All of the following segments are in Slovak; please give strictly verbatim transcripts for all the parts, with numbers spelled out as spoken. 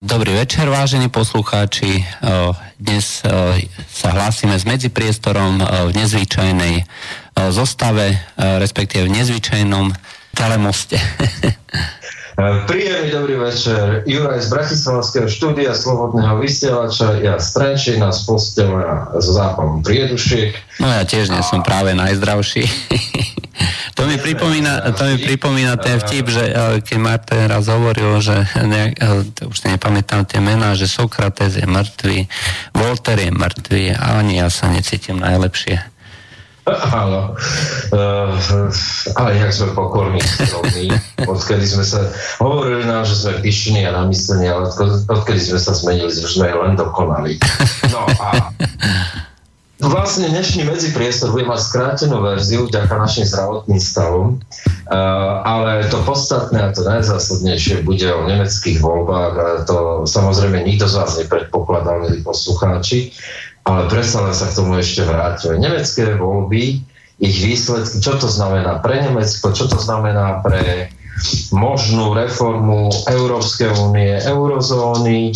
Dobrý večer, vážení poslucháči. Dnes sa hlásime s medzipriestorom v nezvyčajnej zostave, respektíve v nezvyčajnom telemoste. Príjemný dobrý večer. Juraj z bratislavského štúdia Slobodného vysielača, ja z Trenčína, z postela s zápalom priedušiek. No ja tiež nie som práve najzdravší. To mi pripomína, to mi pripomína ten vtip, že keď Martin raz hovoril, že nejak, už si nepamätám tie mená, že Sokrates je mŕtvý, Voltaire je mŕtvý a ani ja sa necítim najlepšie. Áno, uh, ale jak sme pokorní, skromní, odkedy sme sa, hovorili nám, že sme pyšní a namyslení, ale odkedy sme sa zmenili, že sme len dokonali. No a vlastne dnešný medzipriestor bude mať skrátenú verziu vďaka našim zdravotným stavom, uh, ale to podstatné a to najzásadnejšie bude o nemeckých voľbách a to samozrejme nikto z vás nepredpokladal, milí poslucháči, ale predsa len sa k tomu ešte vrátime. Nemecké voľby, ich výsledky, čo to znamená pre Nemecko, čo to znamená pre možnú reformu Európskej únie, eurozóny,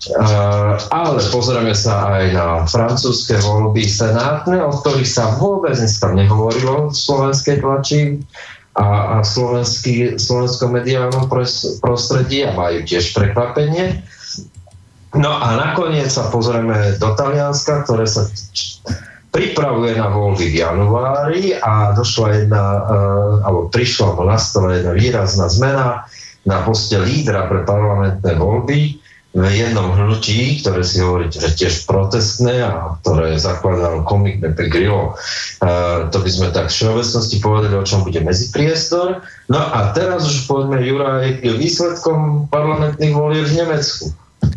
ale pozrieme sa aj na francúzske voľby senátne, o ktorých sa vôbec dneska nehovorilo v slovenskej tlači a, a slovenský, slovenskom mediálnom prostredí a majú tiež prekvapenie. No a nakoniec sa pozrieme do Talianska, ktoré sa pripravuje na voľby v januári a došla jedna, alebo prišla na stole jedna výrazná zmena na poste lídra pre parlamentné voľby v jednom hnutí, ktoré si hovorí, že tiež protestné a ktoré zakladal komik Beppe Grillo. To by sme tak v všeobecnosti povedali, o čom bude medzipriestor. No a teraz už poďme, Juraj, k výsledkom parlamentných volieb v Nemecku.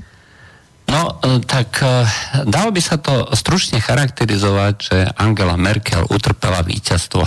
No, tak dalo by sa to stručne charakterizovať, že Angela Merkel utrpela víťazstvo.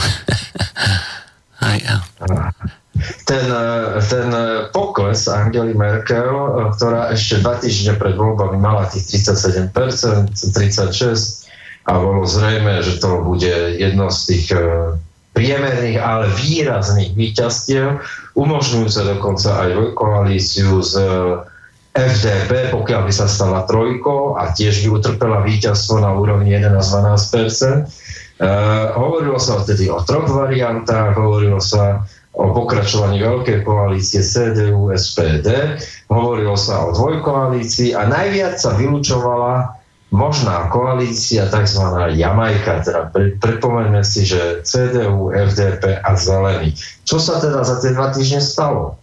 Aj, ja. Ten, ten pokles Angely Merkel, ktorá ešte dva týždne pred voľbami mala tých tridsaťsedem percent, tridsaťšesť percent a bolo zrejme, že to bude jedno z tých priemerných, ale výrazných víťazstiev, umožňujúce dokonca aj koalíciu s ef dé pé, pokiaľ by sa stala trojkou a tiež by utrpela víťazstvo na úrovni jedenásť až dvanásť percent. Uh, hovorilo sa vtedy o troch variantách, hovorilo sa o pokračovaní veľkej koalície cé dé ú es pé dé, hovorilo sa o dvojkoalícii a najviac sa vylučovala možná koalícia tzv. Jamajka, teda predpomeňme si, že cé dé ú, ef dé pé a Zelený. Čo sa teda za tie dva týždne stalo?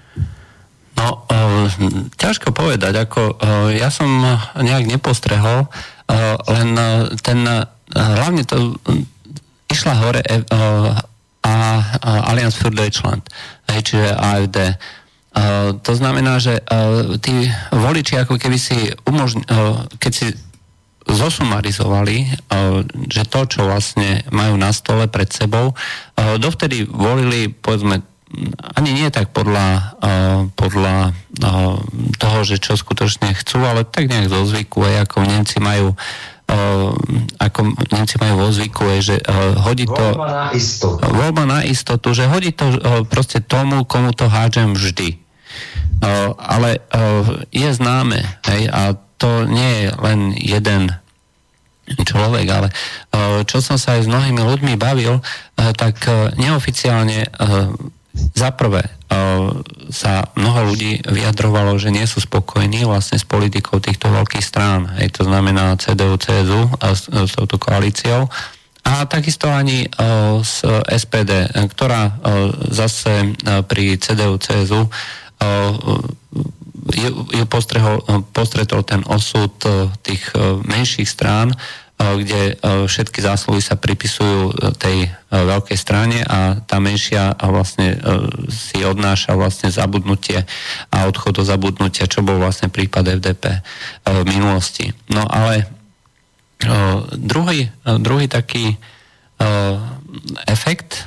No, uh, ťažko povedať, ako uh, ja som nejak nepostrehol, uh, len uh, ten, uh, hlavne to uh, išla hore uh, a uh, Allianz für Deutschland, hej, čiže á ef dé. Uh, to znamená, že uh, tí voliči ako keby si umožň, uh, keď si zosumarizovali, uh, že to, čo vlastne majú na stole pred sebou, uh, dovtedy volili, povedzme, ani nie tak podľa, uh, podľa uh, toho, že čo skutočne chcú, ale tak nejak zo zvyku, aj ako Nemci majú uh, ako Nemci majú vo zvyku, aj, že uh, hodí to voľba na istotu. Voľba na istotu, že hodí to uh, proste tomu, komu to hádžem vždy. Uh, ale uh, je známe, hej, a to nie je len jeden človek, ale uh, čo som sa aj s mnohými ľuďmi bavil, uh, tak uh, neoficiálne uh, za prvé sa mnoho ľudí vyjadrovalo, že nie sú spokojní vlastne s politikou týchto veľkých strán. Hej, to znamená cé dé ú, cé es ú a s, s touto koalíciou. A takisto ani o, s es pé dé, ktorá o, zase o, pri cé dé ú, cé es ú o, ju, ju postrehol, postretol ten osud o, tých o, menších strán, kde všetky zásluhy sa pripisujú tej veľkej strane a tá menšia vlastne si odnáša vlastne zabudnutie a odchod do zabudnutia, čo bol vlastne prípad ef dé pé v minulosti. No ale druhý, druhý taký efekt,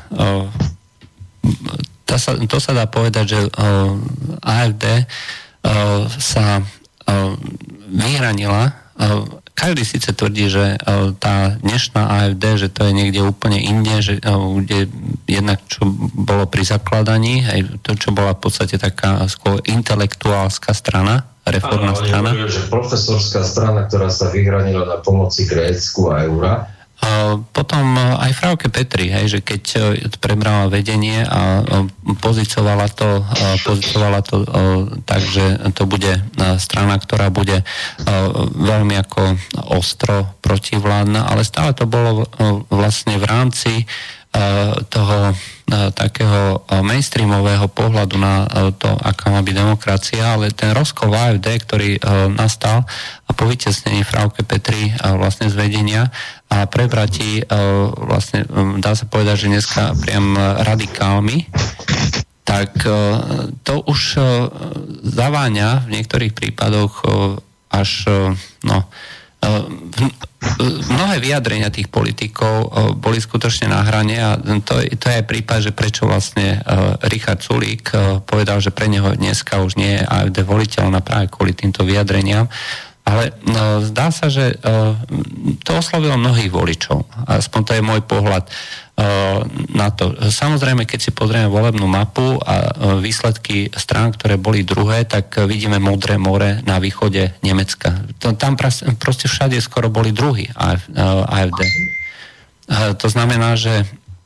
to sa, to sa dá povedať, že á ef dé sa vyhranila. Každý síce tvrdí, že tá dnešná á ef dé, že to je niekde úplne inde, že kde jednak čo bolo pri zakladaní, aj to, čo bola v podstate taká skôr intelektuálska strana, reformná áno, strana. Áno, že profesorská strana, ktorá sa vyhranila na pomoci Grécku a eura. Potom aj Frauke Petry, hej, že keď prebrala vedenie a pozicovala to, pozicovala to tak, že to bude strana, ktorá bude veľmi ako ostro protivládna, ale stále to bolo vlastne v rámci toho takého mainstreamového pohľadu na to, aká má byť demokracia, ale ten rozkol v á ef dé, ktorý nastal a po vytesnení Frauke Petry vlastne z vedenia a prebratí vlastne, dá sa povedať, že dneska priam radikálmi, tak to už zaváňa v niektorých prípadoch až no mnohé vyjadrenia tých politikov boli skutočne na hrane a to, to je aj prípad, že prečo vlastne Richard Sulík povedal, že pre neho dneska už nie je á ef dé voliteľná práve kvôli týmto vyjadreniam. Ale no, zdá sa, že uh, to oslovilo mnohých voličov. Aspoň to je môj pohľad uh, na to. Samozrejme, keď si pozrieme volebnú mapu a uh, výsledky strán, ktoré boli druhé, tak uh, vidíme Modré more na východe Nemecka. To, tam pras, proste všade skoro boli druhí á ef dé. Uh, to znamená, že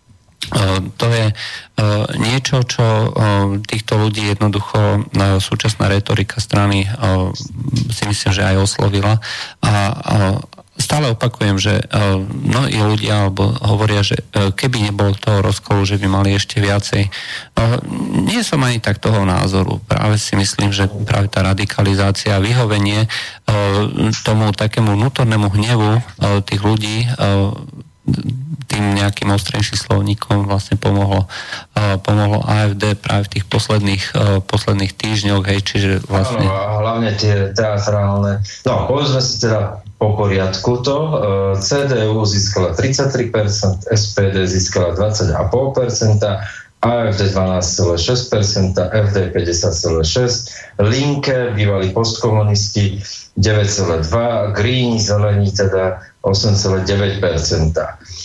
to je niečo, čo týchto ľudí jednoducho súčasná retorika strany si myslím, že aj oslovila. A stále opakujem, že mnohí ľudia alebo hovoria, že keby nebolo toho rozkolu, že by mali ešte viacej. Nie som ani tak toho názoru. Práve si myslím, že práve tá radikalizácia, vyhovenie tomu takému vnútornému hnevu tých ľudí tým nejakým ostrejším slovníkom vlastne pomohlo, uh, pomohlo á ef dé práve v tých posledných, uh, posledných týždňoch, hej, čiže vlastne... Áno, a hlavne tie teatrálne... No, povedzme si teda po poriadku to. Uh, cé dé ú získala tridsaťtri percent, es pé dé získala dvadsať celá päť percent, á ef dé dvanásť celá šesť percent, ef dé päťdesiat celá šesť percent, Linke, bývalí postkomunisti, deväť celá dva percent, Green, zelení teda osem celá deväť percent.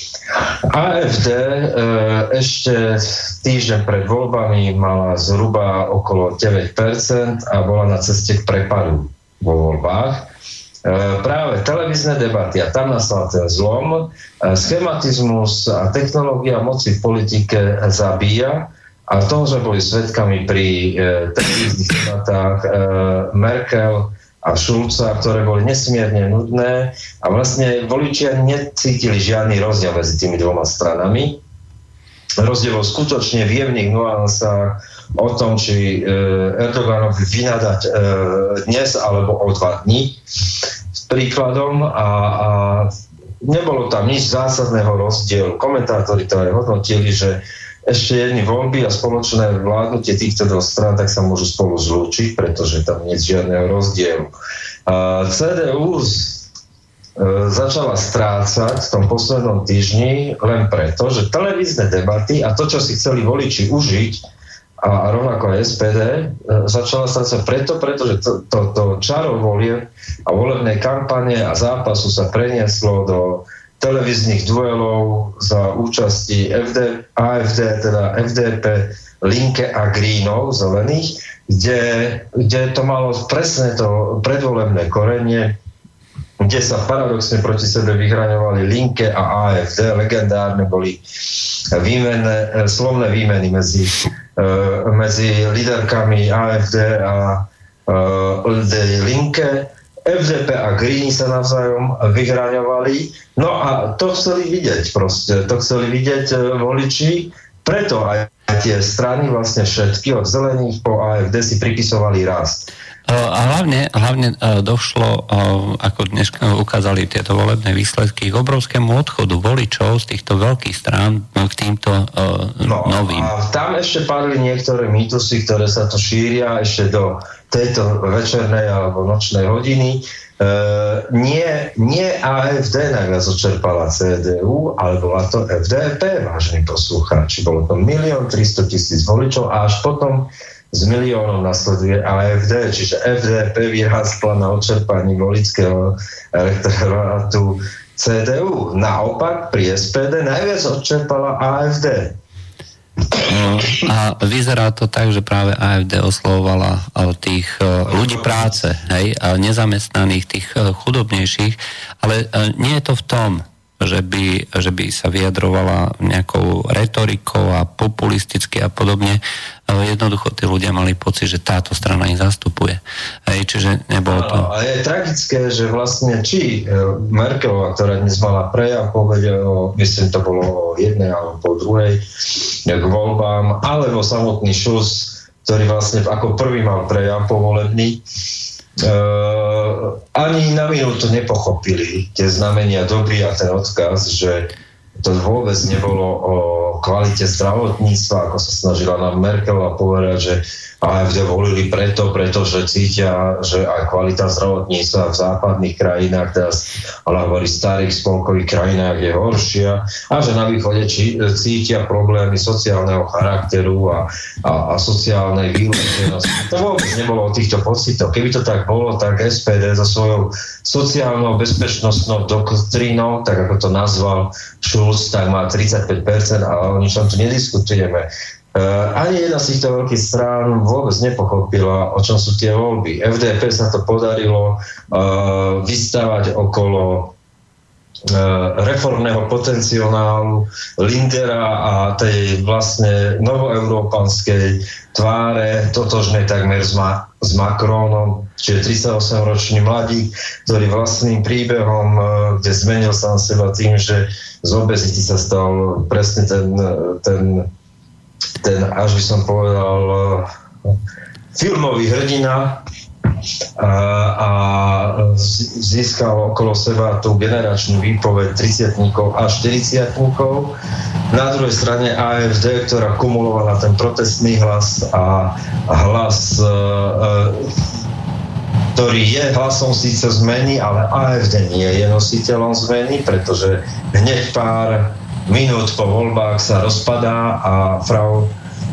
á ef dé e, ešte týždeň pred voľbami mala zhruba okolo deväť percent a bola na ceste k prepadu vo voľbách. E, práve televízne debaty, a tam nastal ten zlom, e, schematizmus a technológia moci v politike zabíja a toho sme boli svedkami pri e, televíznych debatách e, Merkel a Šulca, ktoré boli nesmierne nudné a vlastne voličia necítili žiadny rozdiel medzi tými dvoma stranami. Rozdiel bol skutočne v jemných nuansách o tom, či Erdoganovi vynadať dnes alebo o dva dní s príkladom a, a nebolo tam nič zásadného rozdielu. Komentátori to aj hodnotili, že ešte jedny voľby a spoločné vládnutie týchto dvoch strán, tak sa môžu spolu zlúčiť, pretože tam nie je žiadneho rozdielu. cé dé ú začala strácať v tom poslednom týždni len preto, že televízne debaty a to, čo si chceli voliči užiť, a rovnako aj es pé dé, začala strácať preto, pretože to, to, to čaro volie a volebnej kampane a zápasu sa prenieslo do televíznych duelov za účasti ef dé, á ef dé, teda ef dé pé, Linke a Greenov, zelených, kde, kde to malo presne to predvolebné korenie, kde sa paradoxne proti sebe vyhraňovali Linke a á ef dé, legendárne boli výmene, slovné výmeny medzi, medzi líderkami á ef dé a Linke. ef dé pé a Green sa navzájom vyhraňovali. No a to chceli vidieť proste. To chceli vidieť voliči. Preto aj tie strany vlastne všetky od zelených po á ef dé si pripisovali rast. A hlavne, hlavne došlo, ako dnes ukázali tieto volebné výsledky, k obrovskému odchodu voličov z týchto veľkých strán k týmto no, novým. A tam ešte padli niektoré mýtusy, ktoré sa tu šíria ešte do tejto večernej alebo nočnej hodiny. E, nie, nie á ef dé najviac očerpala cé dé ú, ale bola to ef dé pé, vážení poslucháči. Bolo to milión tristotisíc voličov a až potom s miliónom nasleduje á ef dé, čiže ef dé pé vyrástla na odčerpaní voličského elektorátu cé dé ú. Naopak pri es pé dé najviac odčerpala á ef dé. A vyzerá to tak, že práve á ef dé oslovovala tých ľudí práce, hej, nezamestnaných, tých chudobnejších, ale nie je to v tom, že by, že by sa vyjadrovala nejakou retorikou a populisticky a podobne. Jednoducho tí ľudia mali pocit, že táto strana ich zastupuje. Hej, čiže nebolo to... A je tragické, že vlastne či Merkelová, ktorá dnes mala prejav, povedal, myslím, to bolo o jednej alebo po druhej k voľbám, alebo samotný Schulz, ktorý vlastne ako prvý mal prejav povolebný, Uh, ani na minútu nepochopili tie znamenia doby a ten odkaz, že to vôbec nebolo o kvalite zdravotníctva, ako sa snažila nám Merkelová povedať, že á ef dé volili preto, pretože cítia, že aj kvalita zdravotníctva v západných krajinách, teraz, ale hovorí starých spolkových krajinách je horšia a že na východe či, cítia problémy sociálneho charakteru a, a, a sociálnej výleženosti. To vôbec nebolo o týchto pocitoch. Keby to tak bolo, tak es pé dé so svojou sociálnou bezpečnostnou doktrínou, tak ako to nazval Schulz, tak má tridsaťpäť percent, ale o ničom tu nediskutujeme. Uh, ani jedna z týchto veľkých strán vôbec nepochopila, o čom sú tie voľby. ef dé pé sa to podarilo uh, vystavať okolo uh, reformného potenciálu Lindera a tej vlastne novoeurópanskej tváre, totožnej takmer s, Ma- s Macronom, čiže tridsaťosemročný mladík, ktorý vlastným príbehom, uh, kde zmenil sám seba tým, že z obezity sa stal presne ten, ten ten, až by som povedal, filmový hrdina a, a získal okolo seba tú generačnú výpoveď tridsiatnikov a štyridsiatnikov. Na druhej strane á ef dé, ktorá kumulovala ten protestný hlas a hlas, ktorý je hlasom síce zmeny, ale á ef dé nie je nositeľom zmeny, pretože hneď pár minút po voľbách sa rozpadá a frau...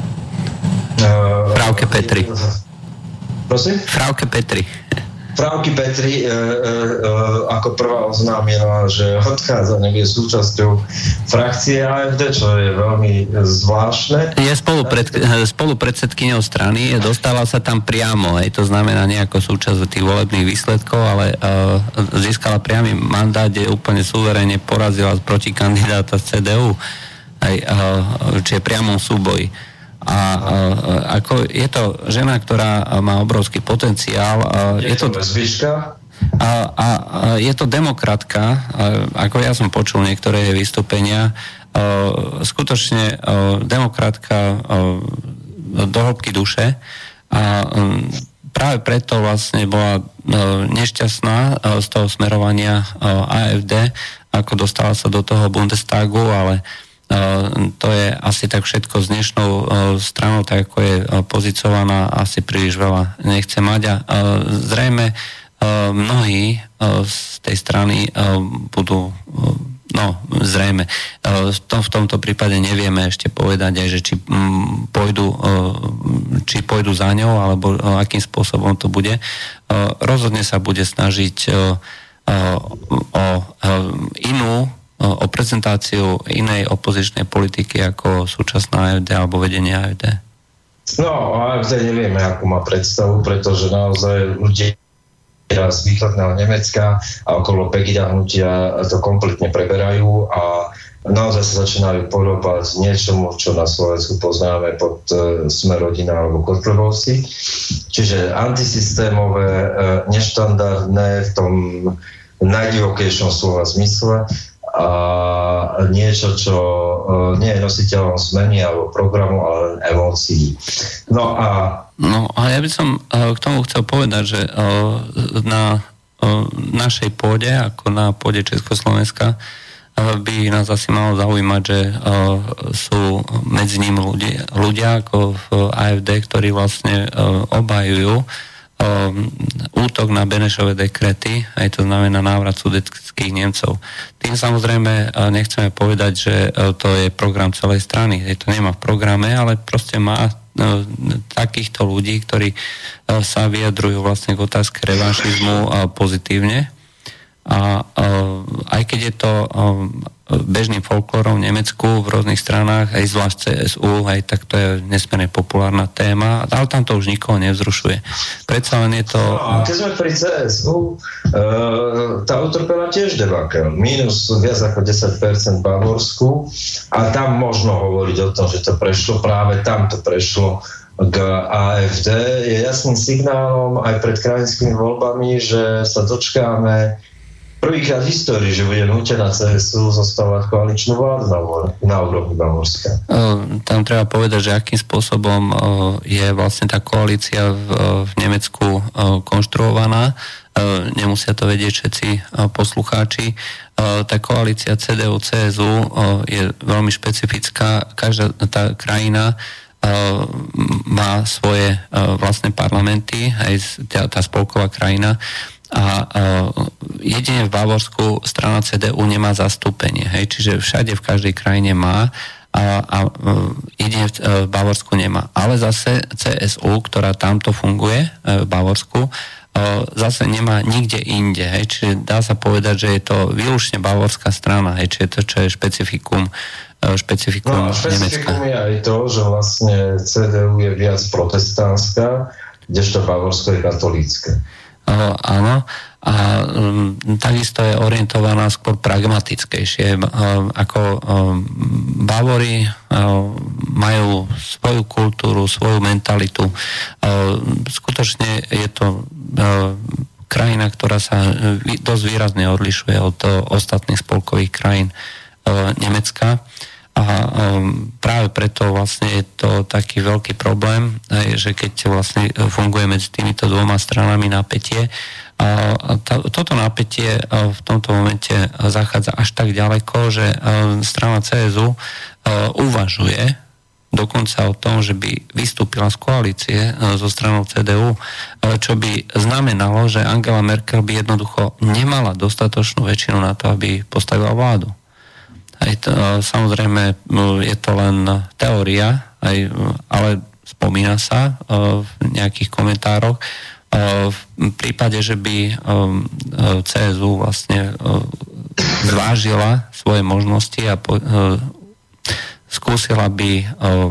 Uh, Frauke Petri. Prosím? Frauke Petri. Frauke Petri uh, uh, ako prvá oznámila, že odchádza, nebude súčasťou frakcie á ef dé, čo je veľmi zvláštne. Je spolupred, spolupredsedkyňou strany, dostala sa tam priamo, hej, to znamená nie ako súčasť tých volebných výsledkov, ale uh, získala priamy mandát, kde úplne suverene porazila proti kandidáta z cé dé ú, hej, uh, čiže priamom súboji. A, a, ako je to žena, ktorá má obrovský potenciál. A je, je to zvyška? A, a, a je to demokratka, a, ako ja som počul niektoré jej vystúpenia, a, skutočne a, demokratka a, do hĺbky duše a a, práve preto vlastne bola a, nešťastná a, z toho smerovania a, á ef dé, ako dostala sa do toho Bundestagu, ale Uh, to je asi tak všetko s dnešnou uh, stranou, tak ako je uh, pozíciovaná, asi príliš veľa nechce mať a uh, zrejme uh, mnohí uh, z tej strany uh, budú, uh, no zrejme, uh, to, v tomto prípade nevieme ešte povedať aj, že či um, pôjdu, uh, či pôjdu za ňou, alebo uh, akým spôsobom to bude. Uh, rozhodne sa bude snažiť uh, uh, o uh, inú o prezentáciu inej opozičnej politiky ako súčasná á ef dé alebo vedenie á ef dé? No, á ef dé nevieme, akú má predstavu, pretože naozaj ľudia z východného Nemecka a okolo Pegida hnutia to kompletne preberajú a naozaj sa začínajú podobať niečomu, čo na Slovensku poznáme pod e, Smer-rodina alebo Kotlebovci. Čiže antisystémové, e, neštandardné v tom najdivokejšom slova zmysle a niečo, čo nie je nositeľom zmeny alebo programu, ale len emócií. No a... No a ja by som k tomu chcel povedať, že na našej pôde, ako na pôde Československa, by nás asi malo zaujímať, že sú medzi ním ľudia, ľudia ako v á ef dé, ktorí vlastne obhajujú útok na Benešové dekrety, aj to znamená návrat sudetských Nemcov. Tým samozrejme nechceme povedať, že to je program celej strany. To nemá v programe, ale proste má takýchto ľudí, ktorí sa vyjadrujú vlastne k otázke revanšizmu pozitívne. A aj keď je to bežným folklórom v Nemecku v rôznych stranách, aj zvlášť cé es ú, aj tak to je nesmierne populárna téma, ale tam to už nikoho nevzrušuje. Predsa len je to... No, a keď sme pri cé es ú, e, tá utrpela tiež debakel. Minus viac ako desať percent v Bavorsku a tam možno hovoriť o tom, že to prešlo, práve tam to prešlo k á ef dé. Je jasným signálom aj pred krajinskými voľbami, že sa dočkáme prvýkrát v histórii, že bude nútená cé es ú zostávať koaličnú vládu na, na úrovni Bavorska. Tam treba povedať, že akým spôsobom je vlastne tá koalícia v, v Nemecku konštruovaná. Nemusia to vedieť všetci poslucháči. Tá koalícia cé dé ú cé es ú je veľmi špecifická. Každá tá krajina má svoje vlastné parlamenty, aj tá, tá spolková krajina. A jedine v Bavorsku strana cé dé ú nemá zastúpenie, hej, čiže všade v každej krajine má a, a jedine v Bavorsku nemá. Ale zase cé es ú, ktorá tamto funguje v Bavorsku, zase nemá nikde inde, hej, čiže dá sa povedať, že je to výlučne bavorská strana, hej, čiže to, čo je špecifikum špecifikum no, špecifikum je aj to, že vlastne cé dé ú je viac protestánska, kdežto Bavorsko je katolícke. Uh, áno, a um, takisto je orientovaná skôr pragmatickejšie. Uh, ako um, Bavori uh, majú svoju kultúru, svoju mentalitu. Uh, skutočne je to uh, krajina, ktorá sa dosť výrazne odlišuje od uh, ostatných spolkových krajín uh, Nemecka. A um, práve preto vlastne je to taký veľký problém, aj, že keď vlastne funguje medzi týmito dvoma stranami napätie, a, a tá, toto napätie a v tomto momente zachádza až tak ďaleko, že a, strana cé es ú a, uvažuje dokonca o tom, že by vystúpila z koalície a, so stranou cé dé ú, a, čo by znamenalo, že Angela Merkel by jednoducho nemala dostatočnú väčšinu na to, aby postavila vládu. Aj to, samozrejme je to len teória, aj, ale spomína sa v nejakých komentároch. V prípade, že by cé es ú vlastne zvážila svoje možnosti a po, skúsila by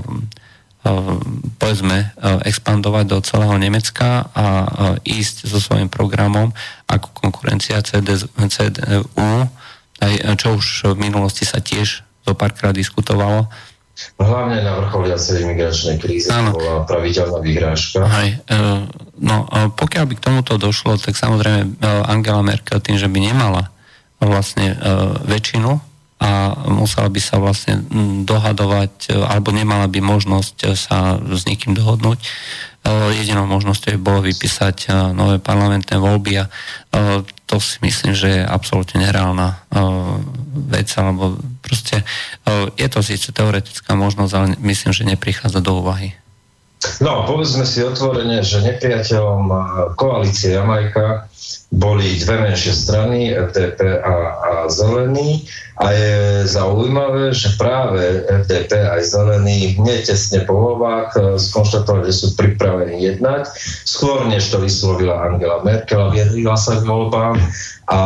povedzme expandovať do celého Nemecka a ísť so svojím programom ako konkurencia cé dé ú, aj čo už v minulosti sa tiež zo párkrát diskutovalo. Hlavne na vrcholiacej imigračnej kríze, to bola pravidelná vyhrážka. Hej, no pokiaľ by k tomuto došlo, tak samozrejme Angela Merkel tým, že by nemala vlastne väčšinu a musela by sa vlastne dohadovať, alebo nemala by možnosť sa s niekým dohodnúť. Jedinou možnosťou by bolo vypísať nové parlamentné voľby a to si myslím, že je absolútne nereálna vec, alebo proste je to síce teoretická možnosť, ale myslím, že neprichádza do úvahy. No, povedzme si otvorene, že nepriateľom koalície Jamajka boli dve menšie strany, ef dé pé a, a Zelení, a je zaujímavé, že práve ef dé pé aj Zelení netesne po voľbách skonštatovali, že sú pripravení jednať, skôr než to vyslovila Angela Merkel a viedla sa k voľbám a, a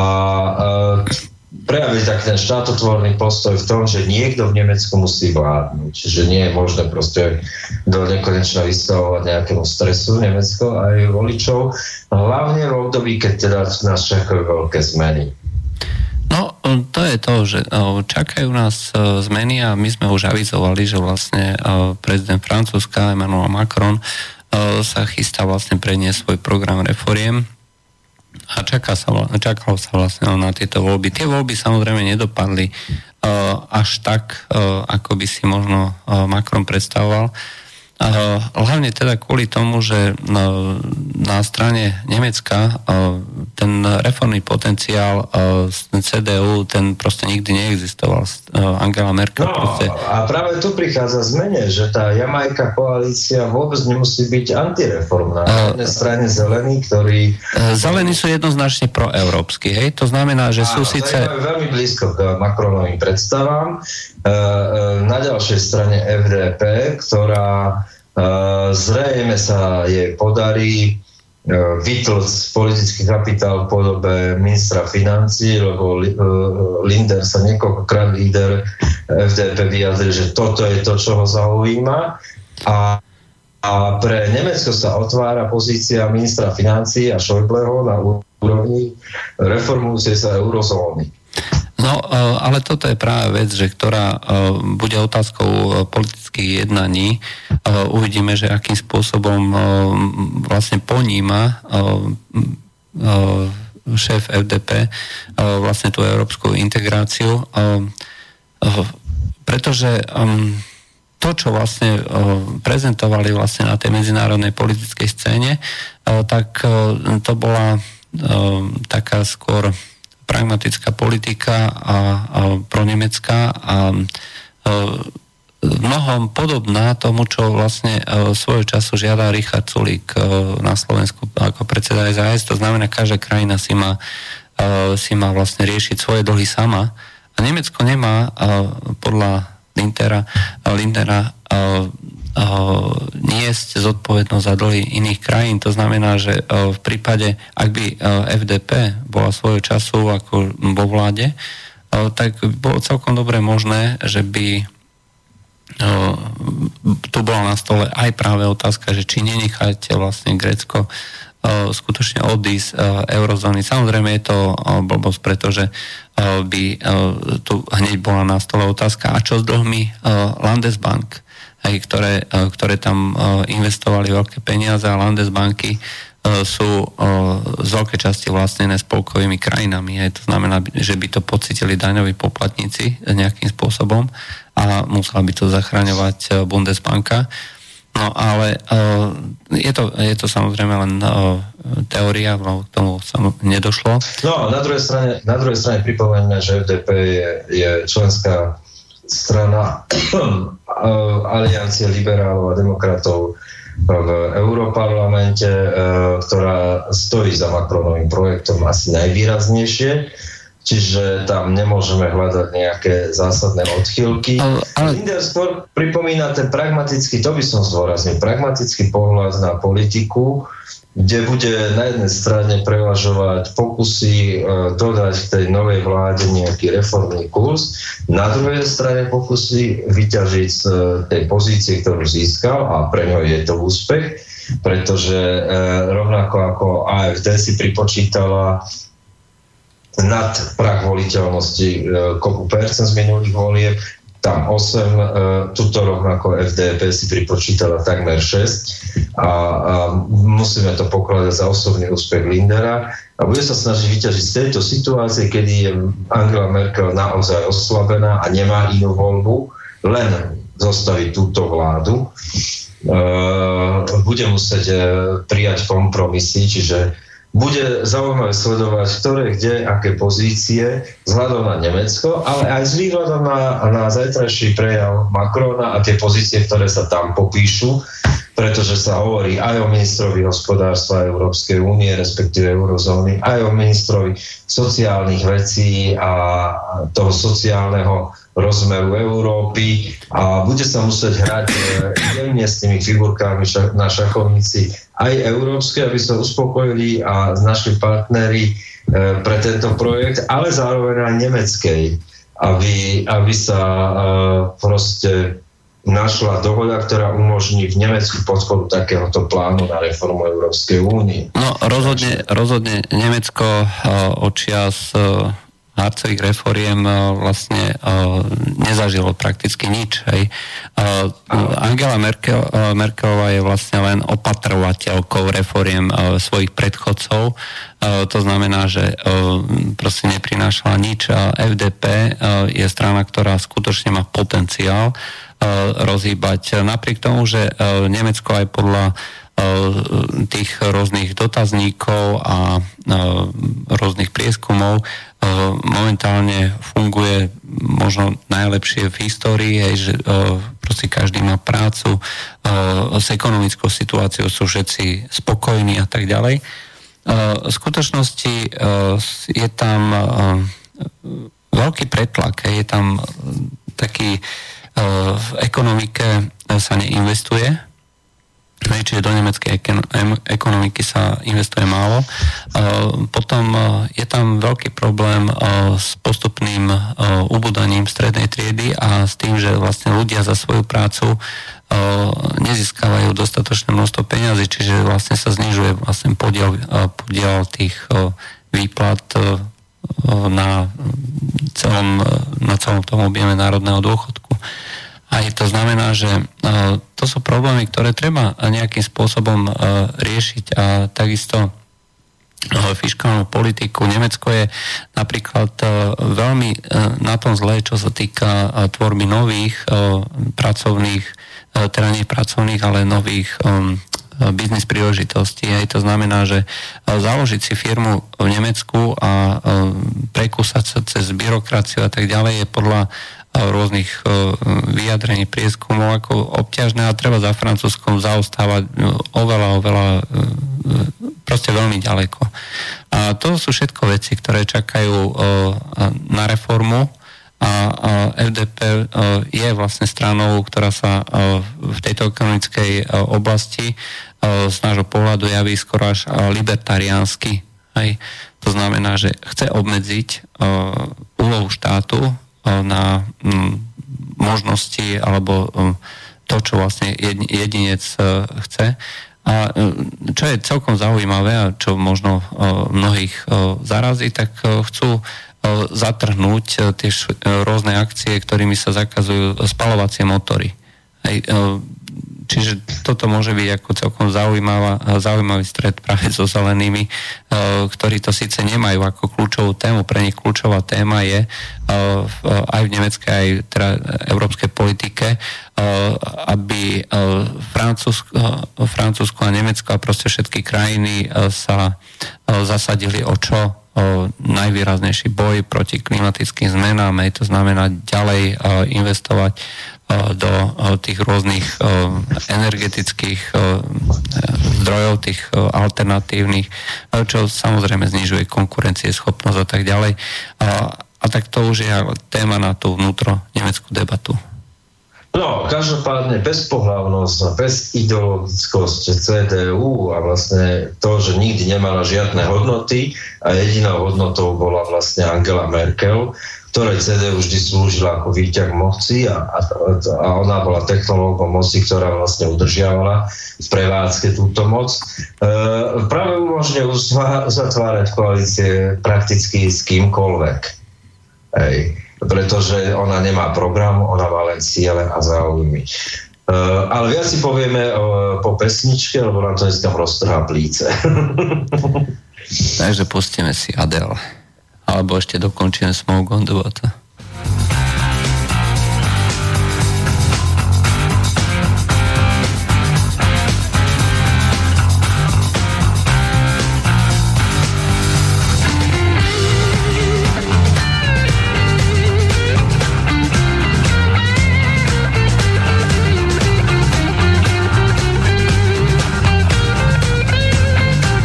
prejaviť tak ten štátotvorný postoj v tom, že niekto v Nemecku musí vládnuť. Čiže nie je možné proste do nekonečna vystavovať nejakému stresu Nemecko aj voličov. Hlavne v období, keď teda nás čakajú veľké zmeny. No, to je to, že čakajú nás zmeny a my sme už avizovali, že vlastne prezident Francúzska Emmanuel Macron sa chystá vlastne preniesť svoj program reforiem a čaká sa, čakalo sa vlastne na tieto voľby. Tie voľby samozrejme nedopadli uh, až tak, uh, ako by si možno uh, Macron predstavoval. Uh, hlavne teda kvôli tomu, že uh, na strane Nemecka uh, ten reformný potenciál uh, cé dé ú, ten proste nikdy neexistoval. Uh, Angela Merkel no, proste... A práve tu prichádza zmene, že tá Jamajka koalícia vôbec nemusí byť antireformná. Na jednej uh, strane zelení, ktorí... Uh, zelení sú jednoznačne proeurópsky, hej? To znamená, že sú síce... veľmi blízko k Macronovým predstavám. Uh, uh, na ďalšej strane ef dé pé, ktorá Uh, zrejme sa jej podarí vytlc politický kapitál v podobe ministra financií, lebo Lindner sa niekoľkokrát líder ef dé pé vyjadril, že toto je to, čo ho zaujíma. A, a pre Nemecko sa otvára pozícia ministra financií a Schäubleho na úrovni reformujúcej sa eurozóny. No, ale toto je práve vec, že ktorá bude otázkou politických jednaní. Uvidíme, že akým spôsobom vlastne poníma šéf ef dé pé vlastne tú európsku integráciu, pretože to, čo vlastne prezentovali vlastne na tej medzinárodnej politickej scéne, tak to bola taká skôr pragmatická politika a, a pronemecká a, a mnohom podobná tomu, čo vlastne svojho času žiada Richard Sulík na Slovensku ako predseda es a es. To znamená, každá krajina si má, si má vlastne riešiť svoje dlhy sama. A Nemecko nemá podľa Lindnera, Lindnera niesť zodpovednosť za dlhy iných krajín. To znamená, že v prípade, ak by ef dé pé bola svojho času ako vo vláde, tak bolo celkom dobre možné, že by tu bola na stole aj práve otázka, že či nenecháte vlastne Grécko skutočne odísť eurozóny. Samozrejme je to blbosť, pretože by tu hneď bola na stole otázka, a čo s dlhmi Landesbank, aj ktoré, ktoré tam investovali veľké peniaze, a Landesbanky sú z veľkej časti vlastnené spolkovými krajinami. Aj to znamená, že by to pocítili daňoví poplatníci nejakým spôsobom a musela by to zachraňovať Bundesbanka. No ale je to, je to samozrejme len teória, no k tomu sa nedošlo. No na druhej strane, na druhej strane pripomeňme, že ef dé pé je, je členská strana Aliancie liberálov a demokratov v Európarlamente, ktorá stojí za Macronovým projektom asi najvýraznejšie, čiže tam nemôžeme hľadať nejaké zásadné odchýlky. Ale, ale... Lindner skôr pripomína ten pragmatický, to by som zdôraznil, pragmatický pohľad na politiku, kde bude na jednej strane prevažovať pokusy e, dodať k tej novej vláde nejaký reformný kurz, na druhej strane pokusy vyťažiť z e, tej pozície, ktorú získal, a pre ňo je to úspech, pretože e, rovnako ako á ef dé si pripočítala nad prah voliteľnosti e, kopu percent z minulých volieb, tam osem, e, tuto rovnako ef dé pé si pripočítala takmer šesť a, a musíme to pokladať za osobný úspech Lindnera a bude sa snažiť vyťažiť z tejto situácie, kedy je Angela Merkel naozaj oslabená a nemá inú voľbu, len zostaviť túto vládu. E, bude musieť e, prijať kompromisy, čiže bude zaujímavé sledovať, ktoré, kde, aké pozície, vzhľadom na Nemecko, ale aj s výhľadom na, na zajtrajší prejav Macrona a tie pozície, ktoré sa tam popíšu, pretože sa hovorí aj o ministrovi hospodárstva Európskej únie, respektíve eurozóny, aj o ministrovi sociálnych vecí a toho sociálneho rozmeru Európy a bude sa musieť hrať jemne s tými figurkami na šachovnici aj európske, aby sa uspokojili a našli partneri pre tento projekt, ale zároveň aj nemeckej, aby, aby sa proste našla dohoda, ktorá umožní v Nemecku podporu takéhoto plánu na reformu Európskej únie. No rozhodne, rozhodne Nemecko odčias Harcových reforiem vlastne nezažilo prakticky nič. Hej. Angela Merkel, Merkelová je vlastne len opatrovateľkou reforiem svojich predchodcov. To znamená, že proste neprinášala nič. ef dé pé je strana, ktorá skutočne má potenciál rozhýbať. Napriek tomu, že Nemecko aj podľa tých rôznych dotazníkov a rôznych prieskumov momentálne funguje možno najlepšie v histórii, hej, že proste každý má prácu, s ekonomickou situáciou sú všetci spokojní a tak ďalej. V skutočnosti je tam veľký pretlak, hej, je tam taký v ekonomike sa neinvestuje čiže do nemeckej ekonomiky sa investuje málo. Potom je tam veľký problém s postupným ubúdaním strednej triedy a s tým, že vlastne ľudia za svoju prácu nezískavajú dostatočné množstvo peňazí, čiže vlastne sa znižuje vlastne podiel, podiel tých výplat na celom, na celom tom objeme národného dôchodku. Aj to znamená, že to sú problémy, ktoré treba nejakým spôsobom riešiť a takisto fiškálnu politiku. Nemecko je napríklad veľmi na tom zlé, čo sa týka tvorby nových pracovných, teda nie pracovných, ale nových biznis príležitostí. Aj to znamená, že založiť si firmu v Nemecku a prekúsať sa cez byrokraciu a tak ďalej je podľa rôznych vyjadrení, prieskumov ako obťažné a treba za Francúzskom zaostávať oveľa, oveľa proste veľmi ďaleko. A to sú všetko veci, ktoré čakajú na reformu a ef dé pé je vlastne stranou, ktorá sa v tejto ekonomickej oblasti z nášho pohľadu javí skoro až libertariánsky. To znamená, že chce obmedziť úlohu štátu na možnosti alebo to, čo vlastne jedinec chce. A čo je celkom zaujímavé a čo možno mnohých zarazí, tak chcú zatrhnúť tie rôzne akcie, ktorými sa zakazujú spaľovacie motory. Čiže toto môže byť ako celkom zaujímavá, zaujímavý stret práve so zelenými, ktorí to síce nemajú ako kľúčovú tému. Pre nich kľúčová téma je aj v nemeckej, aj teda európskej politike, aby Francúzsko, Francúzsko a Nemecko a proste všetky krajiny sa zasadili o čo najvýraznejší boj proti klimatickým zmenám. To znamená ďalej investovať do tých rôznych energetických zdrojov, tých alternatívnych, čo samozrejme znižuje konkurencieschopnosť a tak ďalej. A tak to už je téma na tú vnútro nemeckú debatu. No, každopádne bezpohlavnosť a bezideologickosť cé dé ú a vlastne to, že nikdy nemala žiadne hodnoty a jedinou hodnotou bola vlastne Angela Merkel, ktorej cé dé ú vždy slúžila ako výťah moci a, a, a ona bola technológom moci, ktorá vlastne udržiavala v prevádzke túto moc. E, práve umožňuje uzatvárať koalície prakticky s kýmkoľvek. Hej. Pretože ona nemá program, ona má len ciele a záujmy. Uh, ale viac si povieme uh, po pesničke, lebo nám to dneska roztrhá plíce. Takže pustíme si Adele. Alebo ešte dokončíme Smoke on the Water.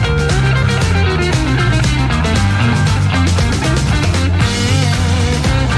We'll be right back.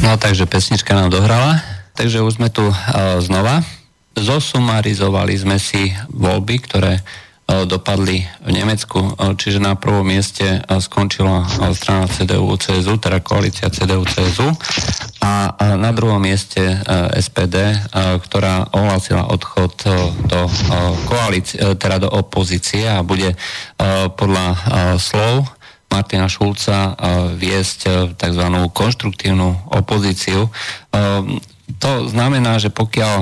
No takže pesnička nám dohrala, takže už sme tu uh, znova. Zosumarizovali sme si voľby, ktoré uh, dopadli v Nemecku, uh, čiže na prvom mieste uh, skončila uh, strana cé dé ú cé es ú, teda koalícia cé dé ú cé es ú, a uh, na druhom mieste uh, es pé dé, uh, ktorá ohlásila odchod uh, do uh, koalície, uh, teda do opozície a bude uh, podľa uh, slov Martina Schulza viesť tzv. Konštruktívnu opozíciu. To znamená, že pokiaľ,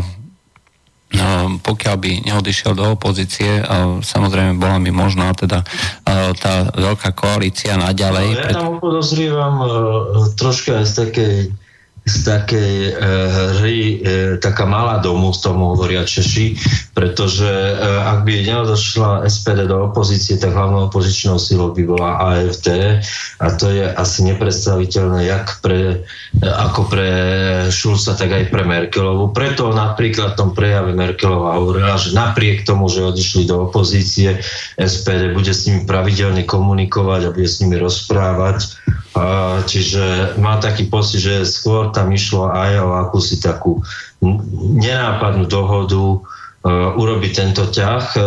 pokiaľ by neodišiel do opozície, samozrejme bola by možná teda tá veľká koalícia naďalej. No, ja tam podozrievam troška aj z takej z takej e, hry, e, taká malá domu, z tomu hovoria Češi, pretože e, ak by neodošla es pé dé do opozície, tak hlavnou opozičnou silou by bola á ef dé a to je asi nepredstaviteľné jak pre, e, ako pre Schulza, tak aj pre Merkelovu. Preto napríklad v tom prejave Merkelová hovorila, že napriek tomu, že odišli do opozície, es pé dé bude s nimi pravidelne komunikovať a bude s nimi rozprávať. A, čiže mám taký pocit, že skôr tam išlo aj o akúsi takú nenápadnú dohodu uh, urobiť tento ťah, uh, uh,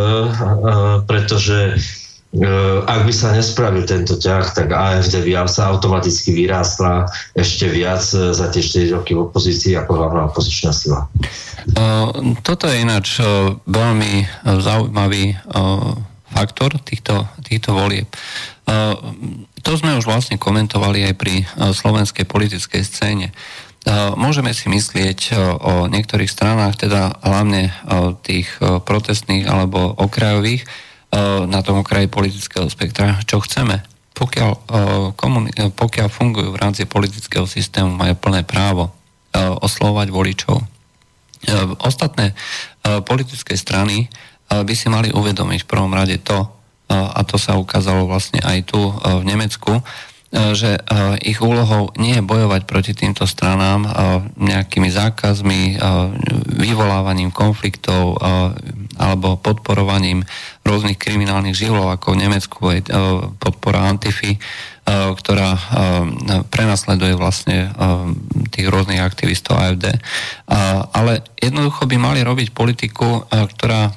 pretože uh, ak by sa nespravil tento ťah, tak á ef dé by sa automaticky vyrástla ešte viac uh, za tie štyri roky v opozícii ako hlavná opozičná sila. Uh, toto je ináč uh, veľmi uh, zaujímavý uh, faktor týchto, týchto volieb. Uh, to sme už vlastne komentovali aj pri uh, slovenskej politickej scéne. Uh, môžeme si myslieť uh, o niektorých stranách, teda hlavne uh, tých uh, protestných alebo okrajových, uh, na tom okraji politického spektra, čo chceme. Pokiaľ, uh, komuni- pokiaľ fungujú v rámci politického systému, majú plné právo uh, oslovať voličov. Uh, ostatné uh, politické strany uh, by si mali uvedomiť v prvom rade to, a to sa ukázalo vlastne aj tu v Nemecku, že ich úlohou nie je bojovať proti týmto stranám nejakými zákazmi, vyvolávaním konfliktov alebo podporovaním rôznych kriminálnych živlov, ako v Nemecku je podpora Antify, ktorá prenasleduje vlastne tých rôznych aktivistov á ef dé. Ale jednoducho by mali robiť politiku, ktorá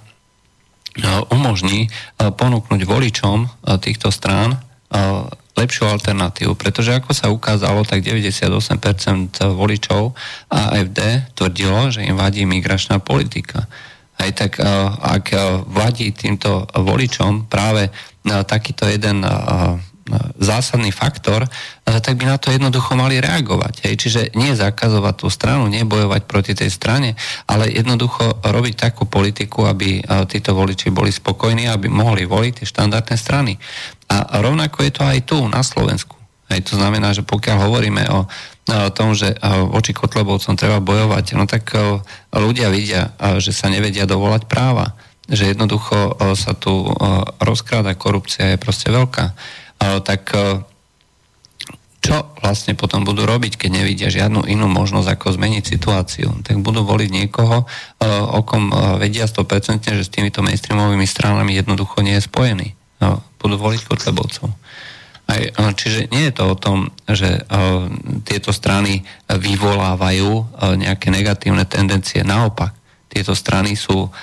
umožní ponúknuť voličom týchto strán lepšiu alternatívu, pretože ako sa ukázalo, tak deväťdesiatosem percent voličov á ef dé tvrdilo, že im vadí migračná politika. Aj tak ak vadí týmto voličom práve takýto jeden zásadný faktor, tak by na to jednoducho mali reagovať. Hej. Čiže nie zakazovať tú stranu, nie bojovať proti tej strane, ale jednoducho robiť takú politiku, aby títo voliči boli spokojní, aby mohli voliť tie štandardné strany. A rovnako je to aj tu, na Slovensku. Hej. To znamená, že pokiaľ hovoríme o, o tom, že voči Kotlebovcom treba bojovať, no tak ľudia vidia, že sa nevedia dovolať práva. Že jednoducho sa tu rozkráda, korupcia je proste veľká. Tak čo vlastne potom budú robiť, keď nevidia žiadnu inú možnosť, ako zmeniť situáciu? Tak budú voliť niekoho, o kom vedia sto percent, že s týmito mainstreamovými stranami jednoducho nie je spojený. Budú voliť Kotlebovcov. Aj, čiže nie je to o tom, že tieto strany vyvolávajú nejaké negatívne tendencie. Naopak, tieto strany sú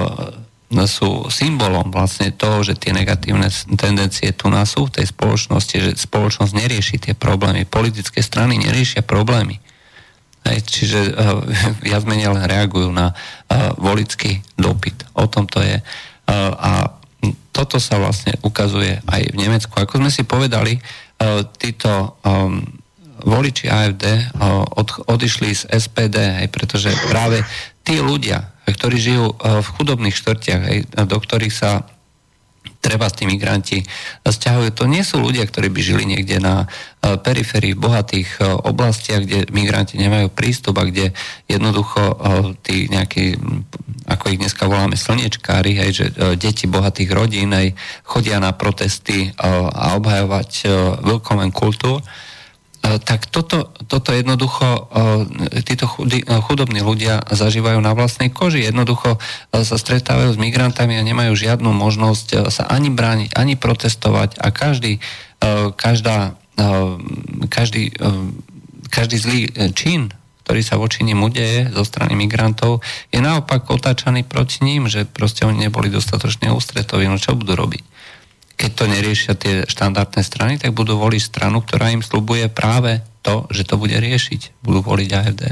sú symbolom vlastne toho, že tie negatívne tendencie tu nás sú v tej spoločnosti, že spoločnosť nerieši tie problémy. Politické strany neriešia problémy. Hej, čiže uh, viac menej len reagujú na uh, voličský dopyt. O tom to je. Uh, a toto sa vlastne ukazuje aj v Nemecku. Ako sme si povedali, uh, títo um, voliči á ef dé uh, od, odišli z es pé dé, hej, pretože práve tí ľudia, ktorí žijú v chudobných štvrtiach, do ktorých sa treba tí migranti sťahujú. To nie sú ľudia, ktorí by žili niekde na periférii, v bohatých oblastiach, kde migranti nemajú prístup a kde jednoducho tí nejakí, ako ich dneska voláme, slniečkári, hej, že deti bohatých rodín hej, chodia na protesty a obhajovať welcome kultúr. Tak toto, toto jednoducho títo chudobní ľudia zažívajú na vlastnej koži. Jednoducho sa stretávajú s migrantami a nemajú žiadnu možnosť sa ani brániť, ani protestovať a každý, každá, každý každý zlý čin, ktorý sa voči nim udeje zo strany migrantov, je naopak otáčaný proti ním, že proste oni neboli dostatočne ústretoví. No čo budú robiť? Keď to neriešia tie štandardné strany, tak budú voliť stranu, ktorá im sľubuje práve to, že to bude riešiť. Budú voliť á ef dé.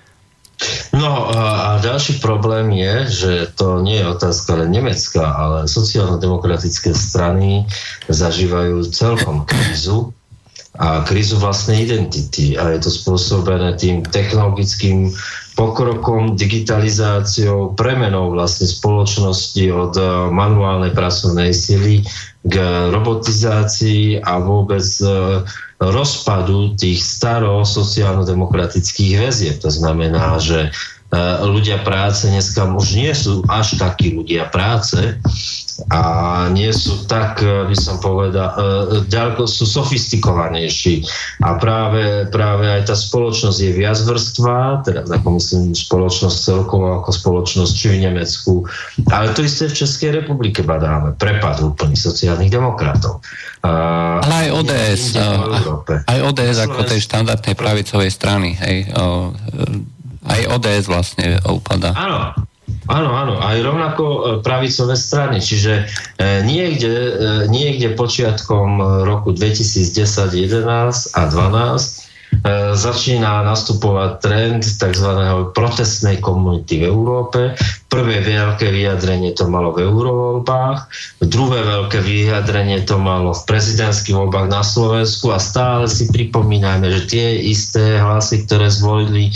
No a ďalší problém je, že to nie je otázka len Nemecka, ale sociálno-demokratické strany zažívajú celkom krízu a krízu vlastnej identity. A je to spôsobené tým technologickým pokrokom, digitalizáciou, premenou vlastne spoločnosti od manuálnej pracovnej sily k robotizácii a vôbec rozpadu tých staro sociálno-demokratických väzieb. To znamená, že ľudia práce dneska už nie sú až takí ľudia práce a nie sú tak, by som povedal, ďaleko sú sofistikovanejší. A práve, práve aj tá spoločnosť je viacvrstvá, teda ako myslím spoločnosť celkovo, ako spoločnosť či v Nemecku. Ale to isté v Českej republike badáme. Prepad úplný sociálnych demokratov. Ale aj ó dé es, aj ó dé es ako tej štandardnej pravicovej strany, hej, aj ó dé es vlastne upadá. Áno, áno, áno, aj rovnako pravicové strany, čiže niekde, niekde počiatkom roku dvetisícdesať, jedenásť a dvanásť začína nastupovať trend tzv. Protestnej komunity v Európe. Prvé veľké vyjadrenie to malo v eurovoľbách, druhé veľké vyjadrenie to malo v prezidentských voľbách na Slovensku a stále si pripomíname, že tie isté hlasy, ktoré zvolili e,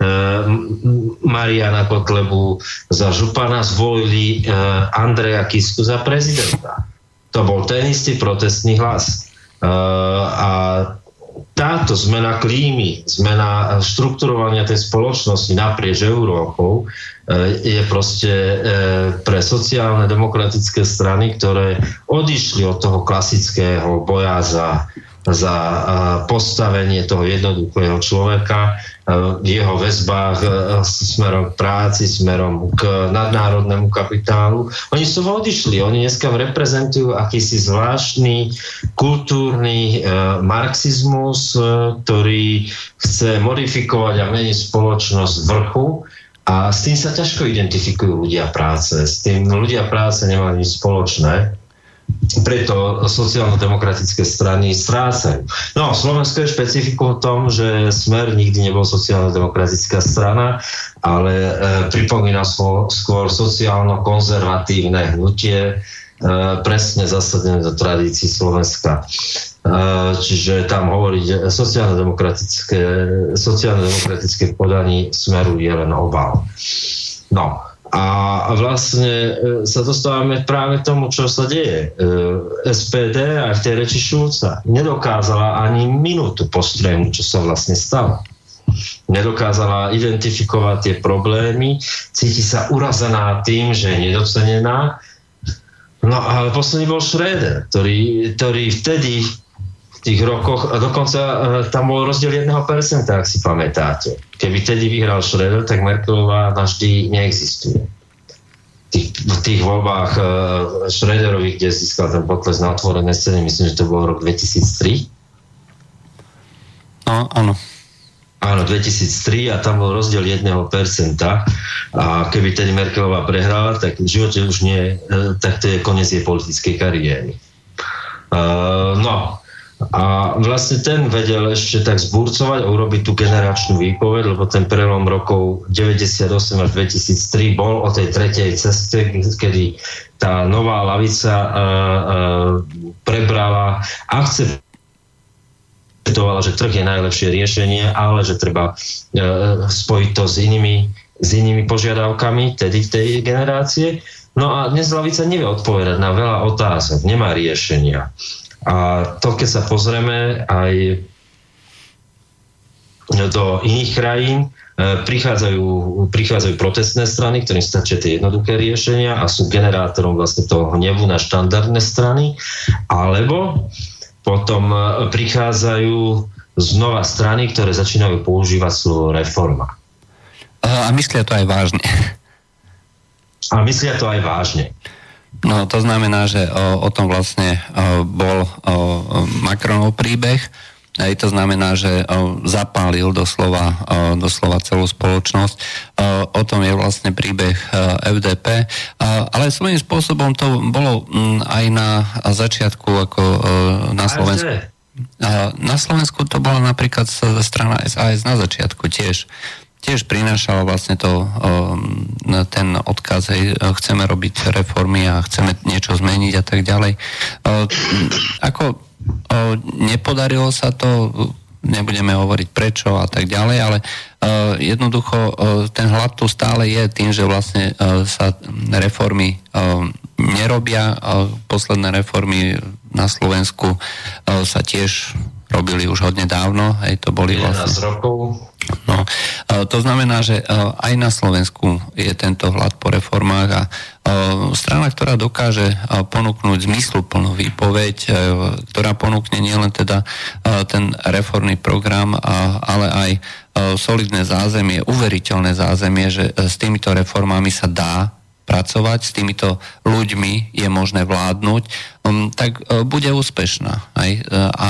Mariana Kotlebu za župana, zvolili e, Andreja Kisku za prezidenta. To bol ten istý protestný hlas. E, a táto zmena klímy, zmena štrukturovania tej spoločnosti naprieč Európou je proste pre sociálne demokratické strany, ktoré odišli od toho klasického boja za, za postavenie toho jednoduchého človeka v jeho väzbách smerom k práci, smerom k nadnárodnému kapitálu. Oni sú odišli, oni dneska reprezentujú akýsi zvláštny kultúrny e, marxizmus, e, ktorý chce modifikovať a meniť spoločnosť z vrchu a s tým sa ťažko identifikujú ľudia práce. S tým ľudia práce nemajú nič spoločné. Preto sociálno-demokratické strany strácajú. No, Slovensko je špecifikum v tom, že Smer nikdy nebol sociálno-demokratická strana, ale e, pripomína svo, skôr sociálno-konzervatívne hnutie, e, presne zasadené do tradícií Slovenska. E, čiže tam hovoriť sociálno-demokratické, sociálno-demokratické podaní Smeru je len obal. No. A vlastne sa dostávame práve k tomu, čo sa deje. es pé dé aj v tej reči Šulca nedokázala ani minútu postrehnúť, čo sa vlastne stalo. Nedokázala identifikovať tie problémy, cíti sa urazená tým, že je nedocenená. No ale posledný bol Schröder, ktorý, ktorý vtedy v tých rokoch, a dokonca tam bol rozdiel jedného percenta, ak si pamätáte. Keby vtedy vyhral Schröder, tak Merkelová navždy neexistuje. Tých, v tých voľbách Schröderovi, kde získal ten potles na otvorené scény, myslím, že to bol rok dvetisíctri. No, áno. Áno, dvetisíctri a tam bol rozdiel jedného percenta a keby tedy Merkelová prehrala, tak v živote už nie, tak to je koniec jej politickej kariéry. Uh, no, a vlastne ten vedel ešte tak zburcovať a urobiť tú generačnú výpoveď, lebo ten prelom rokov deväťdesiatosem až dvetisíctri bol o tej tretej ceste, kedy tá nová lavica uh, uh, prebrala akceptovala, že trh je najlepšie riešenie, ale že treba uh, spojiť to s inými, s inými požiadavkami tedy tej generácie. No a dnes lavica nevie odpovedať na veľa otázok, nemá riešenia. A to, keď sa pozrieme aj do iných krajín, prichádzajú, prichádzajú protestné strany, ktorým stačia tie jednoduché riešenia a sú generátorom vlastne toho hnevu na štandardné strany, alebo potom prichádzajú znova strany, ktoré začínajú používať slovo reforma. A myslia to aj vážne. A myslia to aj vážne. No to znamená, že o, o tom vlastne o, bol o, Macronov príbeh Aj to znamená, že zapálil doslova, doslova celú spoločnosť. O tom je vlastne príbeh ef dé pé. Ale svojím spôsobom to bolo aj na začiatku ako na Slovensku. Na Slovensku to bola napríklad strana es a es na začiatku tiež. Tiež prinášala vlastne to, ten odkaz, hej, chceme robiť reformy a chceme niečo zmeniť a tak ďalej. Ako nepodarilo sa to, nebudeme hovoriť prečo a tak ďalej, ale jednoducho ten hlad tu stále je tým, že vlastne sa reformy nerobia. Posledné reformy na Slovensku sa tiež robili už hodne dávno, hej, to boli vlastne... jedenásť rokov. No, to znamená, že aj na Slovensku je tento hlad po reformách a strana, ktorá dokáže ponúknuť zmysluplnú výpoveď, ktorá ponúkne nielen teda ten reformný program, ale aj solidné zázemie, uveriteľné zázemie, že s týmito reformami sa dá pracovať, s týmito ľuďmi je možné vládnuť, tak bude úspešná. Aj? A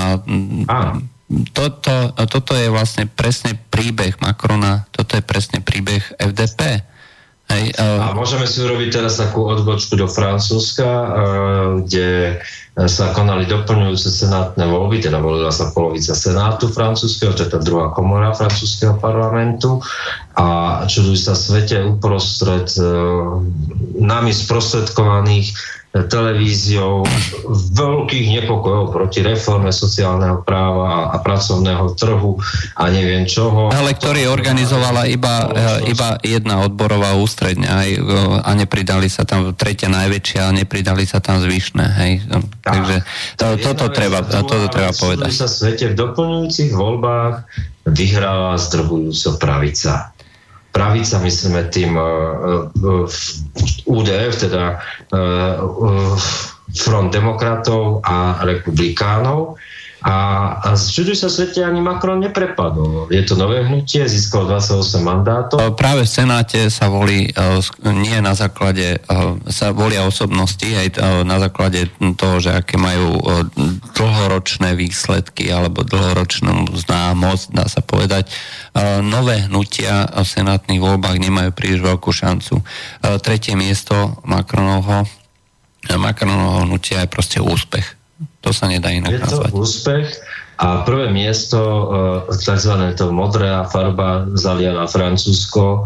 toto, toto je vlastne presne príbeh Macrona, toto je presne príbeh ef dé pé. Hej, uh... A môžeme si urobiť teraz takú odbočku do Francúzska, uh, kde sa konali doplňujúce senátne voľby, teda volila sa polovica senátu francúzskeho, to je tá druhá komora francúzskeho parlamentu a čuduj sa svete uprostred uh, nami sprostredkovaných televíziou veľkých nepokojov proti reforme sociálneho práva a pracovného trhu a neviem čoho. Ale ktorý organizovala iba, iba jedna odborová ústredňa a nepridali sa tam tretia najväčšia a nepridali sa tam zvyšné. Hej. Takže to, toto, treba, toto treba povedať. V svete v doplňujúcich voľbách vyhrala zdrvujúco pravica. Pravica, myslíme tým uh, ú dé ef, teda uh, Front demokratov a republikánov. A, a čuduj sa svete, ani Macron neprepadol. Je to nové hnutie, získalo dvadsaťosem mandátov. Práve v Senáte sa volí nie na základe, sa volia osobnosti, aj na základe toho, že aké majú dlhoročné výsledky alebo dlhoročnú známosť, dá sa povedať. Nové hnutia v senátnych voľbách nemajú príliš veľkú šancu. Tretie miesto Macronovho Macronovho hnutia je proste úspech. To sa nedá inak nazvať. Je to úspech a prvé miesto, takzvané to modrá farba zaliala Francúzsko,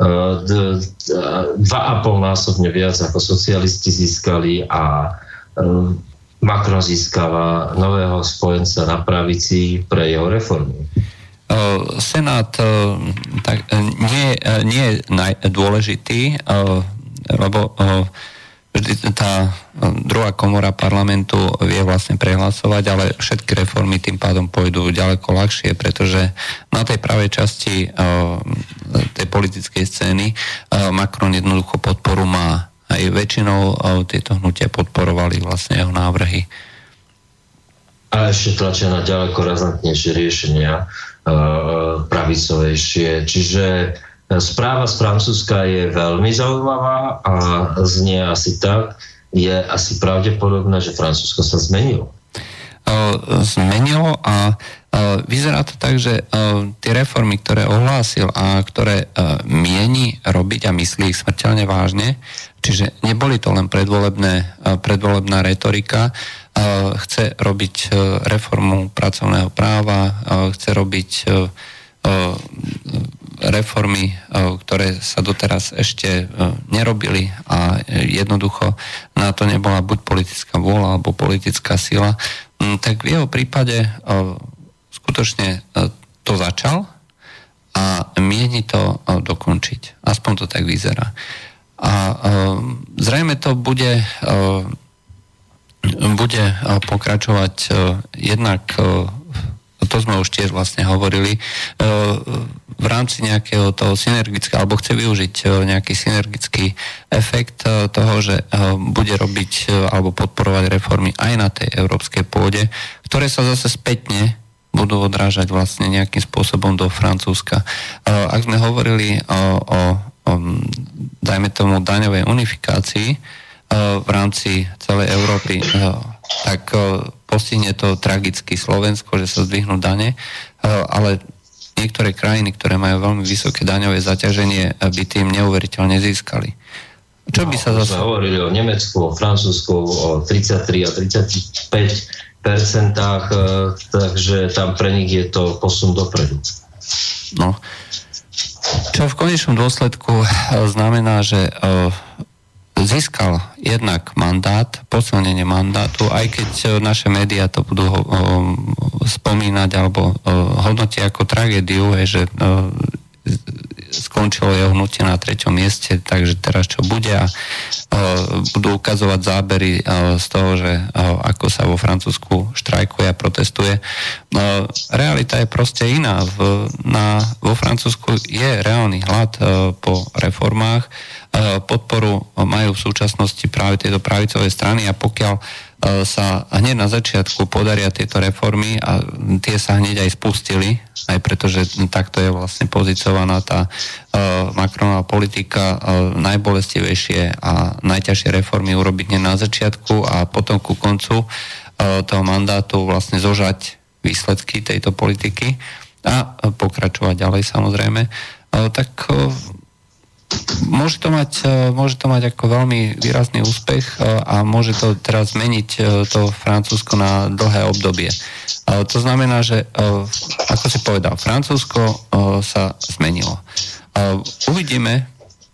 dva a pol násobne viac ako socialisti získali a Macron získava nového spojenca na pravici pre jeho reformy. Senát tak, nie, nie je najdôležitý, lebo tá druhá komora parlamentu vie vlastne prehlasovať, ale všetky reformy tým pádom pôjdu ďaleko ľahšie, pretože na tej pravej časti tej politickej scény Macron jednoducho podporu má. Aj väčšinou tieto hnutia podporovali vlastne jeho návrhy. A ešte tlačia na ďaleko razantnejšie riešenia, pravicovejšie. Čiže správa z Francúzska je veľmi zaujímavá a znie asi tak, je asi pravdepodobné, že Francúzsko sa zmenilo. Zmenilo a vyzerá to tak, že tie reformy, ktoré ohlásil a ktoré mieni robiť a myslí ich smrteľne vážne, čiže neboli to len predvolebné, predvolebná retorika, chce robiť reformu pracovného práva, chce robiť reformy, ktoré sa doteraz ešte nerobili a jednoducho na to nebola buď politická vôľa alebo politická sila, tak v jeho prípade skutočne to začal a mieni to dokončiť. Aspoň to tak vyzerá. A zrejme to bude bude pokračovať jednak, to sme už tiež vlastne hovorili, v rámci nejakého toho synergického, alebo chce využiť nejaký synergický efekt toho, že bude robiť alebo podporovať reformy aj na tej európskej pôde, ktoré sa zase spätne budú odrážať vlastne nejakým spôsobom do Francúzska. Ak sme hovorili o, o, o dajme tomu daňovej unifikácii v rámci celej Európy, tak postihne to tragicky Slovensko, že sa zdvihnú dane, ale niektoré krajiny, ktoré majú veľmi vysoké daňové zaťaženie, by tým neuveriteľne získali. Čo by sa no, zase... hovorili o Nemecku, o Francúzsku, o tridsaťtri a tridsaťpäť percentách, takže tam pre nich je to posun dopredu. No. Čo v konečnom dôsledku znamená, že získal jednak mandát, posilnenie mandátu, aj keď naše médiá to budú ho, ho, spomínať alebo ho, hodnotia ako tragédiu, je, že ho, skončilo jeho hnutie na treťom mieste, takže teraz čo bude a ho, budú ukazovať zábery ho, z toho, že ho, ako sa vo Francúzsku štrajkuje a protestuje. No, realita je proste iná. V, na, vo Francúzsku je reálny hlad ho, po reformách. Podporu majú v súčasnosti práve tieto pravicové strany a pokiaľ sa hneď na začiatku podaria tieto reformy a tie sa hneď aj spustili, aj pretože takto je vlastne pozíciovaná tá Macronová politika, najbolestivejšie a najťažšie reformy urobiť hneď na začiatku a potom ku koncu toho mandátu vlastne zožať výsledky tejto politiky a pokračovať ďalej samozrejme, tak Môže to, mať, môže to mať ako veľmi výrazný úspech a môže to teraz zmeniť to Francúzsko na dlhé obdobie. To znamená, že ako si povedal, Francúzsko sa zmenilo. Uvidíme,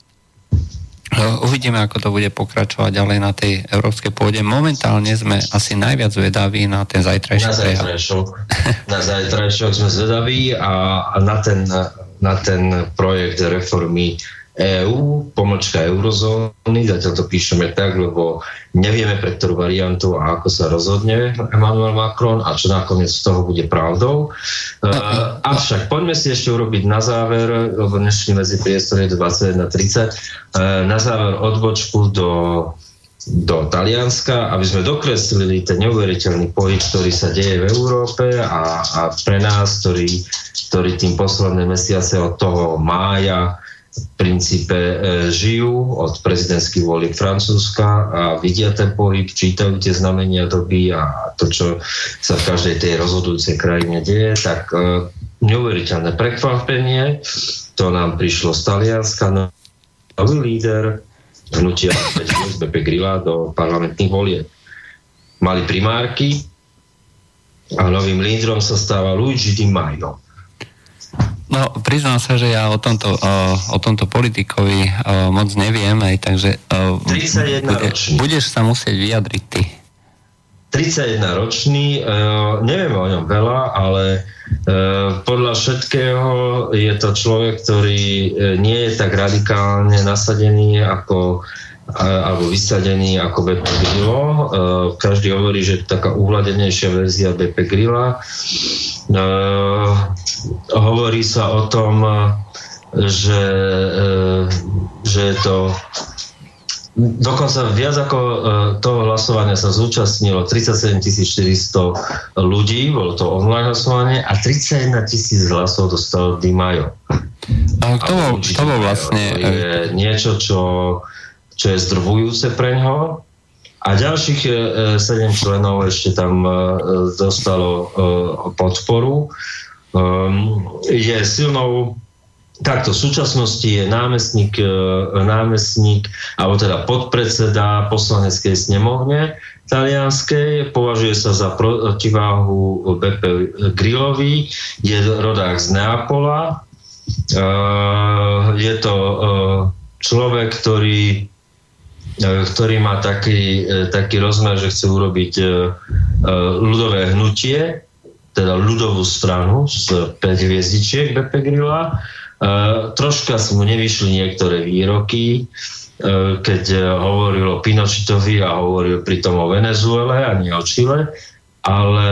uvidíme, ako to bude pokračovať ďalej na tej európskej pôde. Momentálne sme asi najviac zvedaví na ten zajtrajší prejav. Na zajtrajšok. Na zajtrajšok sme zvedaví a na ten, na ten projekt reformy é ú, pomočka eurozóny, zatiaľ to píšeme tak, lebo nevieme pre ktorú variantu a ako sa rozhodne Emmanuel Macron a čo nakoniec z toho bude pravdou. Uh, avšak poďme si ešte urobiť na záver, lebo dnešný medzipriestor je dvadsaťjeden tridsať, uh, na záver odbočku do, do Talianska, aby sme dokreslili ten neuveriteľný pohyb, ktorý sa deje v Európe a, a pre nás, ktorý, ktorý tým posledné mesiace od toho mája v princípe e, žijú od prezidentských volieb Francúzska a vidia ten pohyb, čítajú tie znamenia doby a to, čo sa v každej tej rozhodujúcej krajine deje, tak e, neuveriteľné prekvapenie, to nám prišlo z Talianska, nový líder hnutia Beppe Grilla do parlamentných volieb. Mali primárky a novým lídrom sa stáva Luigi Di Maio. No, priznám sa, že ja o tomto, o, o tomto politikovi o, moc neviem, aj takže o, tridsaťjeden ročný. Bude, budeš sa musieť vyjadriť ty. tridsaťjeden ročný, e, neviem o ňom veľa, ale e, podľa všetkého je to človek, ktorý e, nie je tak radikálne nasadený ako alebo vysadený ako Beppe Grillo. Uh, každý hovorí, že je taká uhladenejšia verzia Beppe Grilla. Uh, hovorí sa o tom, že, uh, že je to dokonca viac ako uh, toho hlasovania sa zúčastnilo tridsaťsedem tisíc štyristo ľudí, bolo to online hlasovanie a tridsaťjeden tisíc hlasov dostal Di Maio. A to bol, to bol vlastne... je niečo, čo čo je zdrvujúce pre ňoho. A ďalších e, sedem členov ešte tam e, dostalo e, podporu. Um, je silnou, takto v súčasnosti je námestník, e, námestník alebo teda podpredseda poslaneckej snemovne talianskej, považuje sa za protiváhu Beppe Grillovi, je rodák z Neapola. E, je to e, človek, ktorý ktorý má taký, taký rozmer, že chce urobiť ľudové hnutie, teda ľudovú stranu z päť hviezdičiek Beppe Grilla. Troška mu nevyšli niektoré výroky, keď hovoril o Pinochetovi a hovoril pritom o Venezuele a nie o Čile, ale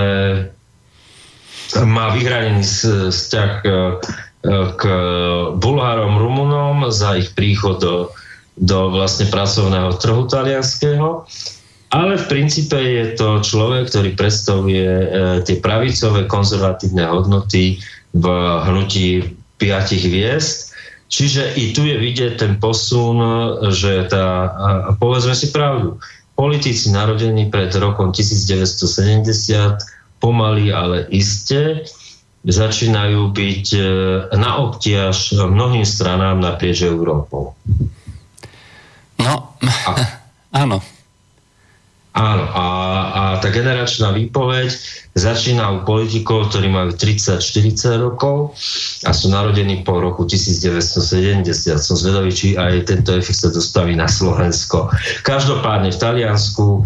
má vyhranený vzťah k Bulharom, Rumunom za ich príchod do do vlastne pracovného trhu talianskeho, ale v princípe je to človek, ktorý predstavuje e, tie pravicové konzervatívne hodnoty v hnutí piatich hviezd. Čiže i tu je vidieť ten posun, že tá, povedzme si pravdu, politici narodení pred rokom devätnásťsedemdesiat pomaly, ale iste začínajú byť na obtiaž mnohým stranám naprieč Európou. No, a, áno. Áno, a, a tá generačná výpoveď začína u politikov, ktorí majú tridsať štyridsať rokov a sú narodení po roku devätnásťsedemdesiat. Som zvedavý, či aj tento efekt sa dostaví na Slovensko. Každopádne v Taliansku e,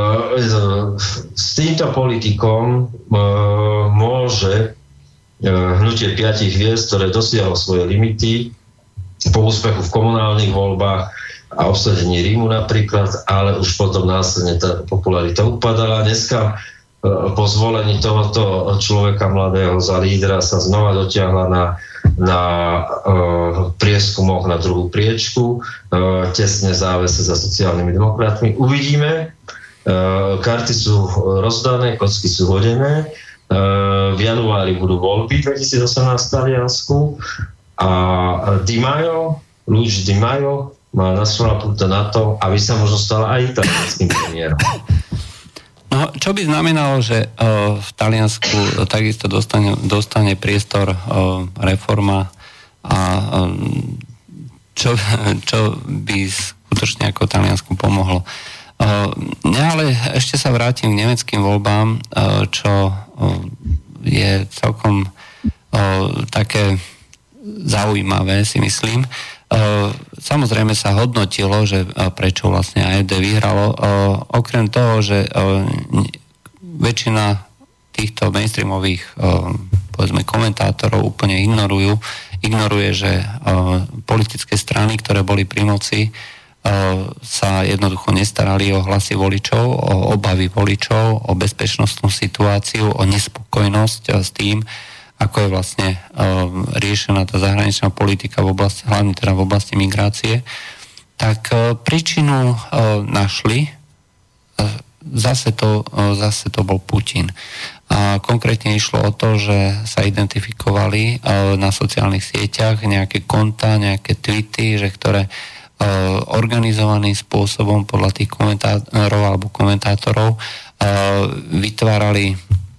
s týmto politikom e, môže e, hnutie piatich hviezd, ktoré dosiahlo svoje limity po úspechu v komunálnych voľbách a obsadení Rímu napríklad, ale už potom následne tá popularita upadala. Dneska po zvolení tohoto človeka mladého za lídra sa znova dotiahla na, na uh, prieskumoch na druhú priečku, uh, tesne závese za sociálnymi demokratmi. Uvidíme. Uh, karty sú rozdané, kocky sú hodené. Uh, v januári budú voľby dvetisícosemnásť v Taliansku a Di Maio, Luigi Di Maio má nasľaputé na to, aby sa možno stala aj italianským premiérom. No, čo by znamenalo, že uh, v Taliansku takisto dostane, dostane priestor uh, reforma a um, čo, čo by skutočne ako Taliansku pomohlo. Uh, ja ale ešte sa vrátim k nemeckým voľbám, uh, čo uh, je celkom uh, také zaujímavé, si myslím. Samozrejme sa hodnotilo, že prečo vlastne á ef dé vyhralo. Okrem toho, že väčšina týchto mainstreamových povedzme komentátorov úplne ignorujú, ignoruje, že politické strany, ktoré boli pri moci, sa jednoducho nestarali o hlasy voličov, o obavy voličov, o bezpečnostnú situáciu, o nespokojnosť s tým, ako je vlastne uh, riešená tá zahraničná politika v oblasti, hlavne teda v oblasti migrácie, tak uh, príčinu uh, našli, uh, zase, to, uh, zase to bol Putin. A konkrétne išlo o to, že sa identifikovali uh, na sociálnych sieťach nejaké konta, nejaké tweety, že ktoré uh, organizovaným spôsobom podľa tých komentátorov alebo komentátorov uh, vytvárali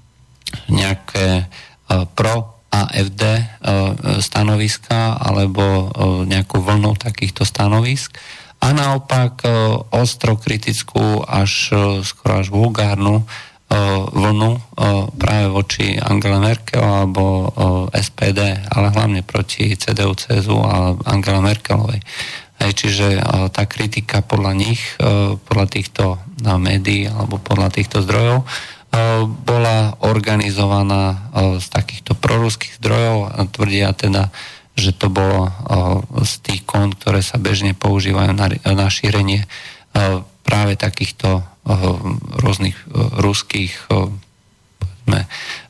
nejaké pro á ef dé stanoviska alebo nejakú vlnu takýchto stanovisk a naopak ostro kritickú až skoro až vulgárnu vlnu práve voči Angele Merkel alebo es pé dé, ale hlavne proti cé dé ú cé es ú a Angele Merkelovej. Čiže tá kritika podľa nich, podľa týchto médií alebo podľa týchto zdrojov bola organizovaná z takýchto proruských zdrojov a tvrdia teda, že to bolo z tých kont, ktoré sa bežne používajú na, na šírenie práve takýchto rôznych ruských povedzme,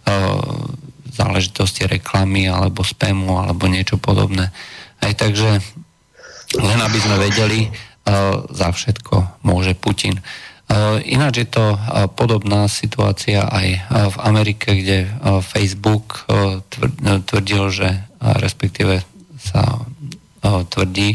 záležitosti reklamy alebo spamu alebo niečo podobné. Aj takže len aby sme vedeli, za všetko môže Putin. Ináč je to podobná situácia aj v Amerike, kde Facebook tvrdil, že respektíve sa tvrdí,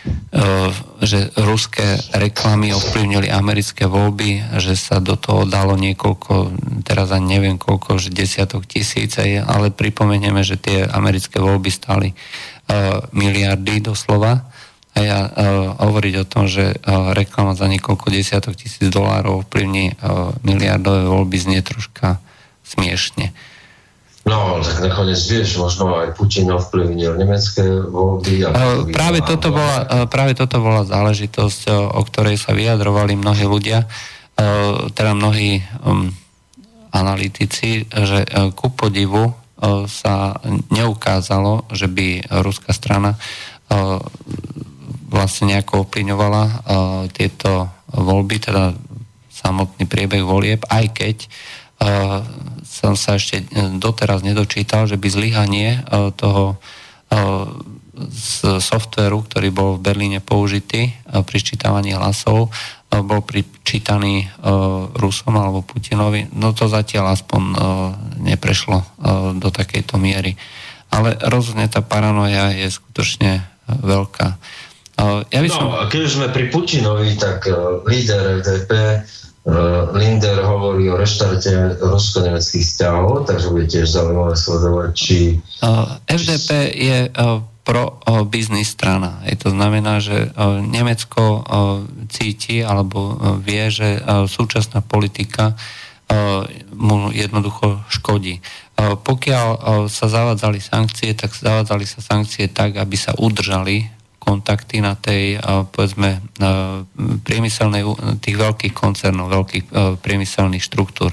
že ruské reklamy ovplyvnili americké voľby, že sa do toho dalo niekoľko, teraz ani neviem koľko, že desiatok tisíc, ale pripomenieme, že tie americké voľby stáli miliardy doslova. A ja uh, hovoriť o tom, že uh, reklama za niekoľko desiatok tisíc dolárov vplyvní uh, miliardové voľby, znie troška smiešne. No, tak nakoniec vieš, možno aj Putin ovplyvnil nemecké voľby. Uh, práve, toto bola, uh, práve toto bola záležitosť, uh, o ktorej sa vyjadrovali mnohí ľudia, uh, teda mnohí um, analytici, že uh, ku podivu uh, sa neukázalo, že by ruská strana uh, vlastne nejako ovplyvňovala uh, tieto voľby, teda samotný priebeh volieb, aj keď uh, som sa ešte doteraz nedočítal, že by zlyhanie uh, toho uh, z softvéru, ktorý bol v Berlíne použitý uh, pri sčítavaní hlasov, uh, bol pričítaný uh, Rusom alebo Putinovi. No to zatiaľ aspoň uh, neprešlo uh, do takejto miery. Ale rozhodne tá paranoja je skutočne uh, veľká. Ja by som... No, a keď už sme pri Putinovi, tak uh, líder ef dé pé uh, Linder hovorí o reštarte rusko-nemeckých vzťahov, takže bude tiež zaujímavé sledovať, či... Uh, ef dé pé je uh, pro uh, biznis strana. Je to znamená, že uh, Nemecko uh, cíti alebo uh, vie, že uh, súčasná politika uh, mu jednoducho škodí. Uh, pokiaľ uh, sa zavádzali sankcie, tak zavádzali sa sankcie tak, aby sa udržali kontakty na tej, povedzme, priemyselnej, tých veľkých koncernov, veľkých priemyselných štruktúr.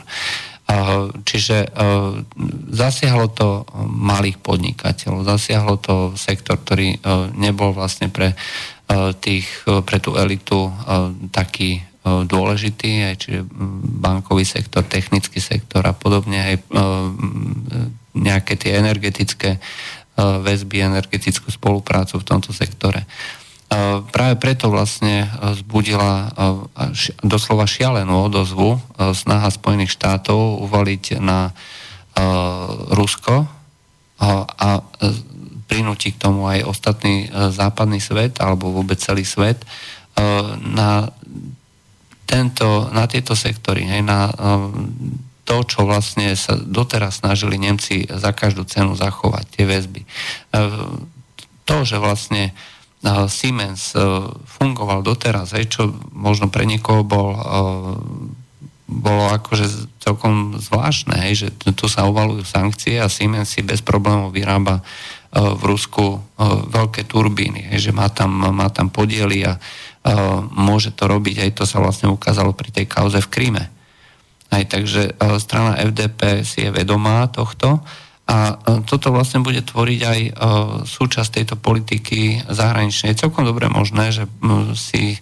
Čiže zasiahlo to malých podnikateľov, zasiahlo to sektor, ktorý nebol vlastne pre tých, pre tú elitu taký dôležitý, čiže bankový sektor, technický sektor a podobne, aj nejaké tie energetické väzby, energetickú spoluprácu v tomto sektore. Práve preto vlastne vzbudila doslova šialenú odozvu snaha Spojených štátov uvaliť na Rusko a prinúti k tomu aj ostatný západný svet alebo vôbec celý svet na, tento, na tieto sektory, na to, čo vlastne sa doteraz snažili Nemci za každú cenu zachovať, tie väzby. To, že vlastne Siemens fungoval doteraz, čo možno pre niekoho bol, bolo akože celkom zvláštne, že tu sa uvalujú sankcie a Siemens si bez problémov vyrába v Rusku veľké turbíny, že má tam, má tam podiely a môže to robiť, aj to sa vlastne ukázalo pri tej kauze v Kríme. Aj takže strana ef dé pé si je vedomá tohto a toto vlastne bude tvoriť aj súčasť tejto politiky zahraničnej. Je celkom dobre možné, že si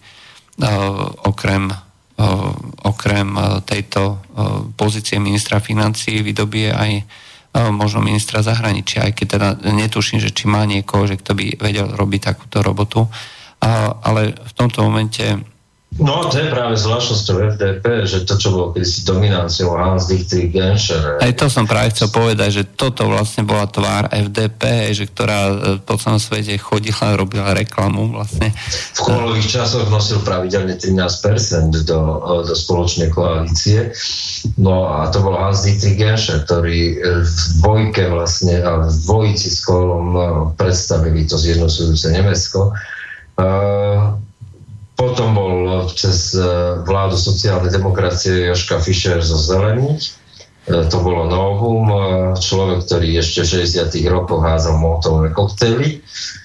okrem, okrem tejto pozície ministra financií vydobie aj možno ministra zahraničia, aj keď teda netuším, že či má niekoho, že kto by vedel robiť takúto robotu. Ale v tomto momente... No, to je práve zvláštnosťou ef dé pé, že to, čo bolo kedysi dominanciou Hans-Dietrich Genscher. Aj to som práve chcel povedať, že toto vlastne bola tvár ef dé pé, že ktorá po celom svete chodila a robila reklamu vlastne. V kolových časoch nosil pravidelne trinásť percent do, do spoločnej koalície. No a to bol Hans-Dietrich Genscher, ktorý v dvojke vlastne, a v dvojici s Kohlom predstavili to zjednocujúce Nemecko. Uh, Potom bol cez vládu sociálnej demokracie Jožka Fischer zo Zelených. To bolo novum. Človek, ktorý ešte v šesťdesiatych rokoch hádzal molotové koktejly.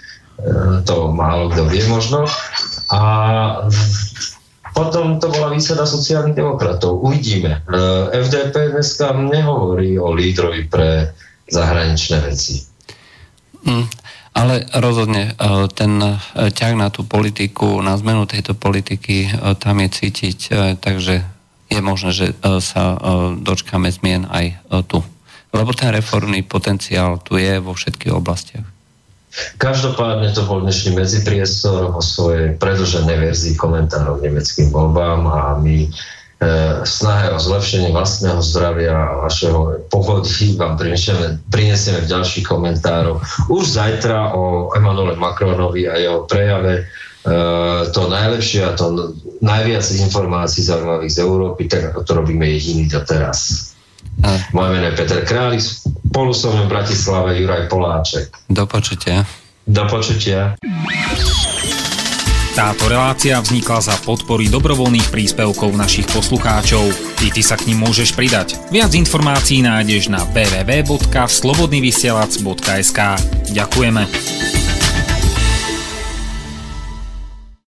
To málo kto vie možno. A potom to bola výsada sociálnych demokratov. Uvidíme. ef dé pé dneska nehovorí o lídrovi pre zahraničné veci. Mm. Ale rozhodne ten ťah na tú politiku, na zmenu tejto politiky tam je cítiť, takže je možné, že sa dočkáme zmien aj tu. Lebo ten reformný potenciál tu je vo všetkých oblastiach. Každopádne to bol dnešný medzipriestor vo svojej predĺženej verzii komentárov k nemeckým voľbám a my v snahe o zlepšenie vlastného zdravia a vašeho pohody vám prinesieme, prinesieme v ďalších komentároch. Už zajtra o Emmanuele Macronovi a jeho prejave e, to najlepšie a to najviac informácií zaujímavých z Európy, tak ako to robíme jediný doteraz. A... Moje meno je Peter Králik, spolu so mnou v Bratislave Juraj Poláček. Do počutia. Do počutia. Táto relácia vznikla za podpory dobrovoľných príspevkov našich poslucháčov. I ty sa k nim môžeš pridať. Viac informácií nájdeš na w w w bodka slobodnyvysielac bodka es ka. Ďakujeme.